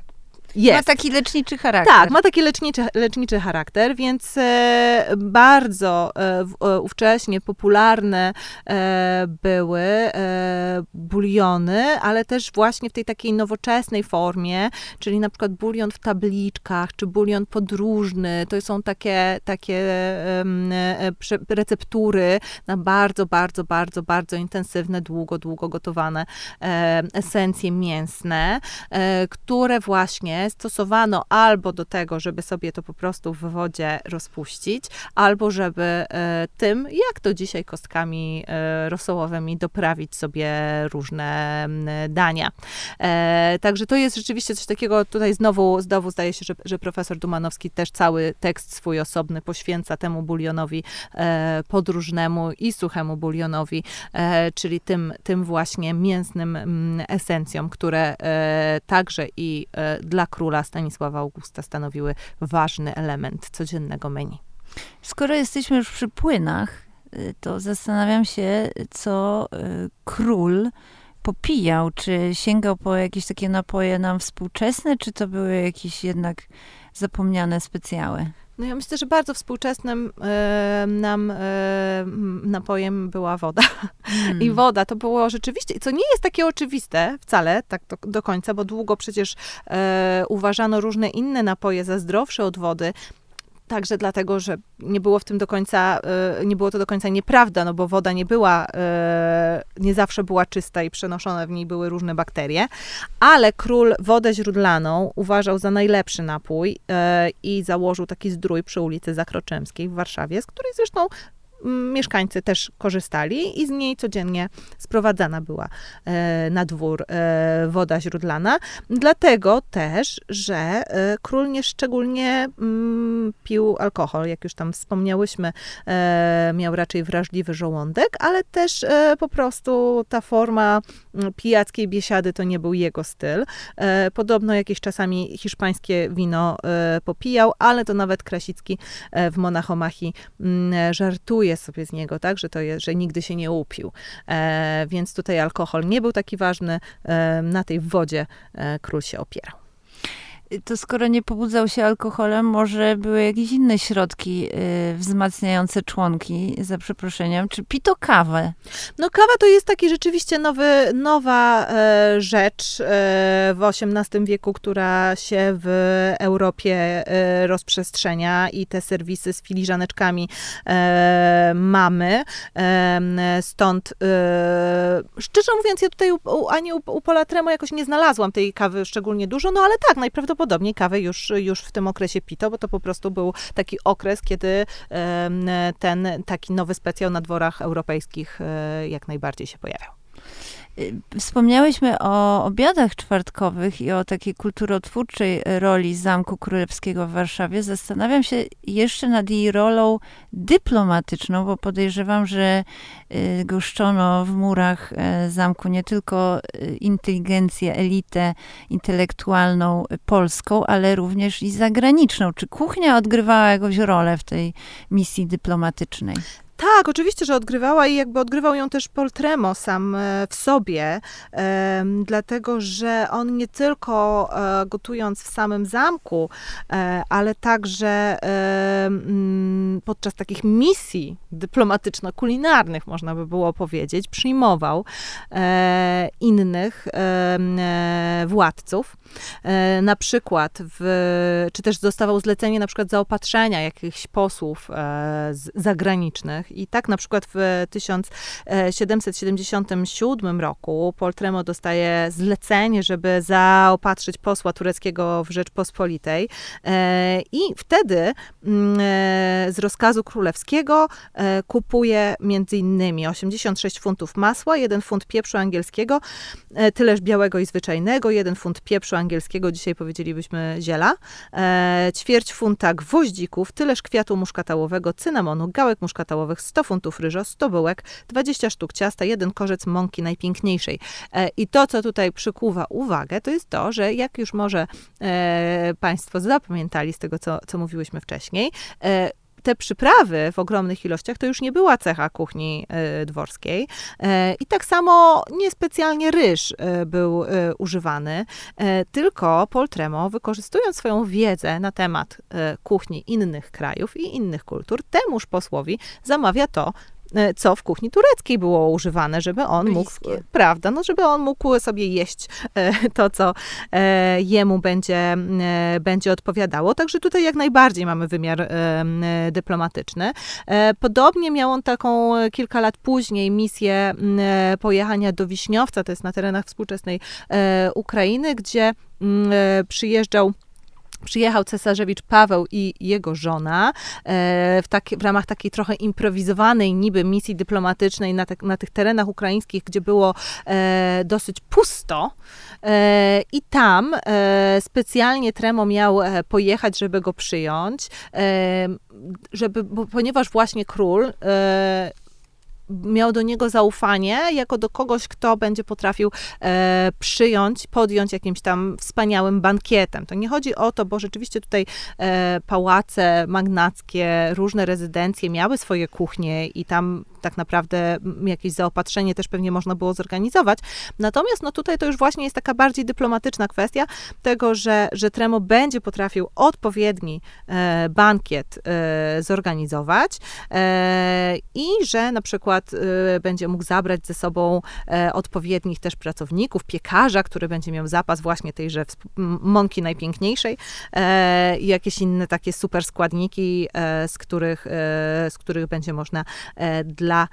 S2: Jest.
S1: Ma taki leczniczy charakter.
S2: Tak, ma taki leczniczy, leczniczy charakter, więc e, bardzo e, w, e, ówcześnie popularne e, były e, buliony, ale też właśnie w tej takiej nowoczesnej formie, czyli na przykład bulion w tabliczkach, czy bulion podróżny. To są takie, takie e, e, receptury na bardzo, bardzo, bardzo, bardzo intensywne, długo, długo gotowane e, esencje mięsne, e, które właśnie stosowano albo do tego, żeby sobie to po prostu w wodzie rozpuścić, albo żeby e, tym, jak to dzisiaj kostkami e, rosołowymi doprawić sobie różne m, dania. E, także to jest rzeczywiście coś takiego, tutaj znowu, znowu zdaje się, że, że profesor Dumanowski też cały tekst swój osobny poświęca temu bulionowi e, podróżnemu i suchemu bulionowi, e, czyli tym, tym właśnie mięsnym m, esencjom, które e, także i e, dla króla Stanisława Augusta stanowiły ważny element codziennego menu.
S1: Skoro jesteśmy już przy płynach, to zastanawiam się, co król popijał. Czy sięgał po jakieś takie napoje nam współczesne, czy to były jakieś jednak zapomniane specjały?
S2: No ja myślę, że bardzo współczesnym e, nam e, napojem była woda. Hmm. I woda to było rzeczywiście, co nie jest takie oczywiste wcale, tak do, do końca, bo długo przecież e, uważano różne inne napoje za zdrowsze od wody. Także dlatego, że nie było w tym do końca, nie było to do końca nieprawda, no bo woda nie była, nie zawsze była czysta i przenoszone w niej były różne bakterie, ale król wodę źródlaną uważał za najlepszy napój i założył taki zdrój przy ulicy Zakroczemskiej w Warszawie, z której zresztą mieszkańcy też korzystali i z niej codziennie sprowadzana była e, na dwór e, woda źródlana. Dlatego też, że e, król nie szczególnie mm, pił alkohol, jak już tam wspomniałyśmy, e, miał raczej wrażliwy żołądek, ale też e, po prostu ta forma pijackiej biesiady to nie był jego styl. E, podobno jakieś czasami hiszpańskie wino e, popijał, ale to nawet Krasicki e, w Monachomachii m, żartuje sobie z niego, tak, że to jest, że nigdy się nie upił. E, więc tutaj alkohol nie był taki ważny, e, na tej wodzie e, król się opierał.
S1: To skoro nie pobudzał się alkoholem, może były jakieś inne środki y, wzmacniające członki, za przeproszeniem, czy pito kawę?
S2: No kawa to jest taki rzeczywiście nowy, nowa e, rzecz e, w osiemnastym wieku, która się w Europie e, rozprzestrzenia i te serwisy z filiżaneczkami e, mamy. E, stąd e, szczerze mówiąc, ja tutaj u, u, ani u, u Paula Tremo jakoś nie znalazłam tej kawy szczególnie dużo, no ale tak, najprawdopodobniej Podobnie kawę już, już w tym okresie pito, bo to po prostu był taki okres, kiedy ten taki nowy specjał na dworach europejskich jak najbardziej się pojawiał.
S1: Wspomniałyśmy o obiadach czwartkowych i o takiej kulturotwórczej roli Zamku Królewskiego w Warszawie. Zastanawiam się jeszcze nad jej rolą dyplomatyczną, bo podejrzewam, że goszczono w murach zamku nie tylko inteligencję, elitę intelektualną polską, ale również i zagraniczną. Czy kuchnia odgrywała jakąś rolę w tej misji dyplomatycznej?
S2: Tak, oczywiście, że odgrywała i jakby odgrywał ją też Paul Tremo sam w sobie, e, dlatego, że on nie tylko e, gotując w samym zamku, e, ale także e, m, podczas takich misji dyplomatyczno-kulinarnych, można by było powiedzieć, przyjmował e, innych e, władców. E, na przykład, w, czy też dostawał zlecenie na przykład zaopatrzenia jakichś posłów e, z, zagranicznych. I tak na przykład w tysiąc siedemset siedemdziesiątym siódmym roku Paul Tremo dostaje zlecenie, żeby zaopatrzyć posła tureckiego w Rzeczpospolitej. I wtedy z rozkazu królewskiego kupuje między innymi osiemdziesiąt sześć funtów masła, jeden funt pieprzu angielskiego, tyleż białego i zwyczajnego, jeden funt pieprzu angielskiego, dzisiaj powiedzielibyśmy ziela, ćwierć funta gwoździków, tyleż kwiatu muszkatałowego, cynamonu, gałek muszkatałowych, sto funtów ryżu, sto bułek, dwadzieścia sztuk ciasta, jeden korzec mąki najpiękniejszej. I to, co tutaj przykuwa uwagę, to jest to, że jak już może e, Państwo zapamiętali z tego, co, co mówiłyśmy wcześniej, e, te przyprawy w ogromnych ilościach to już nie była cecha kuchni y, dworskiej. Y, I tak samo niespecjalnie ryż y, był y, używany, y, tylko Poltremo, wykorzystując swoją wiedzę na temat y, kuchni innych krajów i innych kultur, temuż posłowi zamawia to, co w kuchni tureckiej było używane, żeby on mógł,
S1: Bliskie.
S2: prawda, no żeby on mógł sobie jeść to, co jemu będzie, będzie odpowiadało. Także tutaj jak najbardziej mamy wymiar dyplomatyczny. Podobnie miał on taką kilka lat później misję pojechania do Wiśniowca, to jest na terenach współczesnej Ukrainy, gdzie przyjeżdżał Przyjechał cesarzewicz Paweł i jego żona e, w, taki, w ramach takiej trochę improwizowanej niby misji dyplomatycznej na, te, na tych terenach ukraińskich, gdzie było e, dosyć pusto. E, I tam e, specjalnie Tremo miał e, pojechać, żeby go przyjąć, e, żeby, bo, ponieważ właśnie król e, miał do niego zaufanie, jako do kogoś, kto będzie potrafił e, przyjąć, podjąć jakimś tam wspaniałym bankietem. To nie chodzi o to, bo rzeczywiście tutaj e, pałace magnackie, różne rezydencje miały swoje kuchnie i tam tak naprawdę jakieś zaopatrzenie też pewnie można było zorganizować. Natomiast no tutaj to już właśnie jest taka bardziej dyplomatyczna kwestia tego, że, że Tremo będzie potrafił odpowiedni e, bankiet e, zorganizować e, i że na przykład e, będzie mógł zabrać ze sobą e, odpowiednich też pracowników, piekarza, który będzie miał zapas właśnie tejże mąki najpiękniejszej e, i jakieś inne takie super składniki, e, z, których, e, z których będzie można e, dla Dla,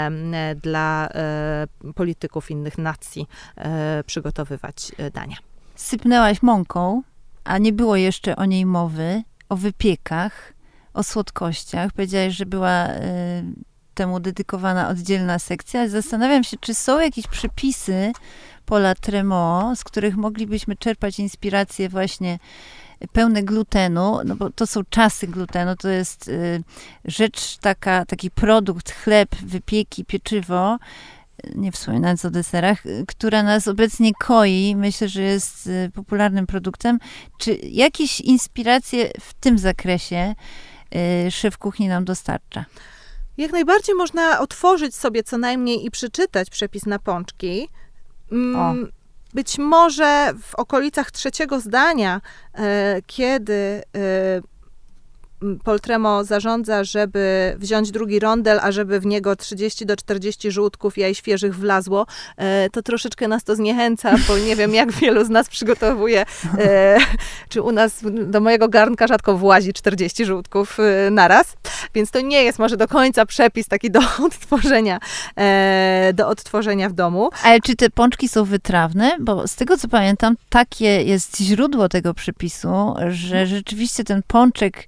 S2: dla polityków innych nacji przygotowywać dania.
S1: Sypnęłaś mąką, a nie było jeszcze o niej mowy, o wypiekach, o słodkościach. Powiedziałaś, że była temu dedykowana oddzielna sekcja. Zastanawiam się, czy są jakieś przepisy Paula Tremo, z których moglibyśmy czerpać inspirację właśnie pełne glutenu, no bo to są czasy glutenu, to jest y, rzecz taka, taki produkt, chleb, wypieki, pieczywo, nie wspominając o deserach, y, która nas obecnie koi, myślę, że jest y, popularnym produktem. Czy jakieś inspiracje w tym zakresie y, szef kuchni nam dostarcza?
S2: Jak najbardziej można otworzyć sobie co najmniej i przeczytać przepis na pączki. Mm,
S1: o.
S2: Być może w okolicach trzeciego zdania, e, kiedy e, Poltremo zarządza, żeby wziąć drugi rondel, a żeby w niego trzydzieści do czterdziestu żółtków jaj świeżych wlazło, e, to troszeczkę nas to zniechęca, bo nie wiem, jak wielu z nas przygotowuje, e, czy u nas do mojego garnka rzadko włazi czterdzieści żółtków e, naraz, więc to nie jest może do końca przepis taki do odtworzenia, e, do odtworzenia w domu.
S1: Ale czy te pączki są wytrawne? Bo z tego, co pamiętam, takie jest źródło tego przepisu, że rzeczywiście ten pączek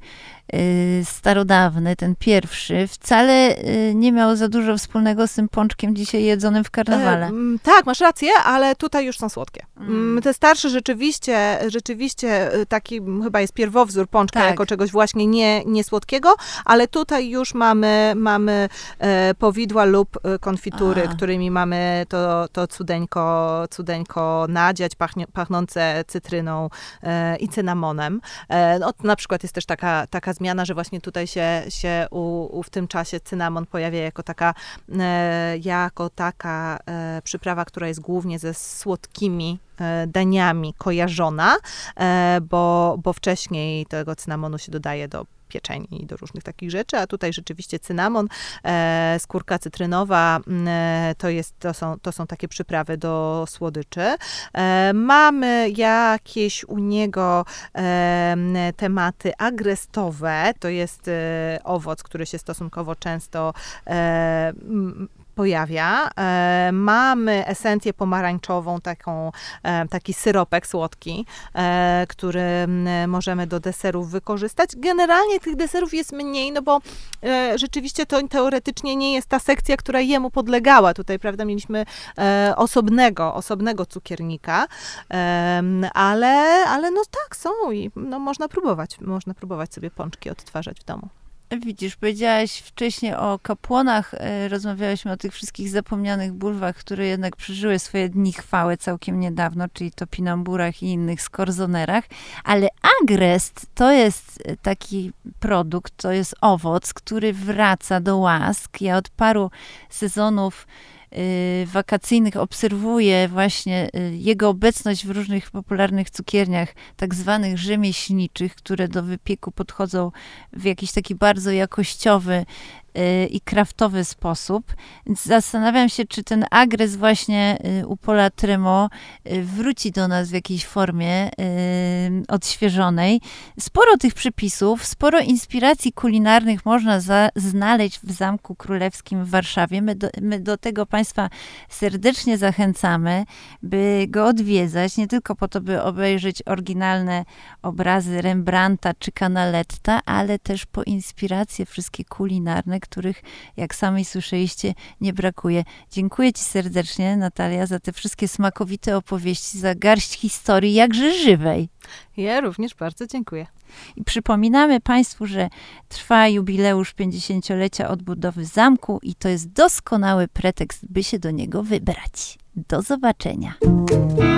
S1: starodawny, ten pierwszy, wcale nie miał za dużo wspólnego z tym pączkiem dzisiaj jedzonym w karnawale.
S2: E, tak, masz rację, ale tutaj już są słodkie. Mm. Te starsze rzeczywiście, rzeczywiście taki chyba jest pierwowzór pączka, tak, jako czegoś właśnie nie, nie słodkiego, ale tutaj już mamy, mamy e, powidła lub konfitury, Aha. którymi mamy to, to cudeńko, cudeńko nadziać, pachnie, pachnące cytryną e, i cynamonem. E, no, na przykład jest też taka, taka zmiana, że właśnie tutaj się, się u, u w tym czasie cynamon pojawia jako taka, e, jako taka e, przyprawa, która jest głównie ze słodkimi e, daniami kojarzona, e, bo, bo wcześniej tego cynamonu się dodaje do pieczeni i do różnych takich rzeczy, a tutaj rzeczywiście cynamon, e, skórka cytrynowa, e, to, jest, to, są, to są takie przyprawy do słodyczy. E, mamy jakieś u niego e, tematy agrestowe, to jest e, owoc, który się stosunkowo często e, pojawia. E, mamy esencję pomarańczową, taką, e, taki syropek słodki, e, który m, możemy do deserów wykorzystać. Generalnie tych deserów jest mniej, no bo e, rzeczywiście to teoretycznie nie jest ta sekcja, która jemu podlegała. Tutaj, prawda, mieliśmy e, osobnego, osobnego cukiernika, e, ale, ale no tak, są i no, można próbować, można próbować sobie pączki odtwarzać w domu.
S1: Widzisz, powiedziałaś wcześniej o kapłanach, e, rozmawiałyśmy o tych wszystkich zapomnianych bulwach, które jednak przeżyły swoje dni chwały całkiem niedawno, czyli topinamburach i innych skorzonerach, ale agrest to jest taki produkt, to jest owoc, który wraca do łask. Ja od paru sezonów y, wakacyjnych obserwuję właśnie y, jego obecność w różnych popularnych cukierniach, tak zwanych rzemieślniczych, które do wypieku podchodzą w jakiś taki bardzo jakościowy y, i kraftowy sposób. Więc zastanawiam się, czy ten agres właśnie y, u Paula Tremo y, wróci do nas w jakiejś formie y, odświeżonej. Sporo tych przepisów, sporo inspiracji kulinarnych można za, znaleźć w Zamku Królewskim w Warszawie. My do, my do tego Państwa serdecznie zachęcamy, by go odwiedzać, nie tylko po to, by obejrzeć oryginalne obrazy Rembrandta czy Canaletta, ale też po inspiracje wszystkie kulinarne, których, jak sami słyszeliście, nie brakuje. Dziękuję Ci serdecznie, Natalia, za te wszystkie smakowite opowieści, za garść historii, jakże żywej.
S2: Ja również bardzo dziękuję.
S1: I przypominamy Państwu, że trwa jubileusz pięćdziesięciolecia odbudowy zamku i to jest doskonały pretekst, by się do niego wybrać. Do zobaczenia.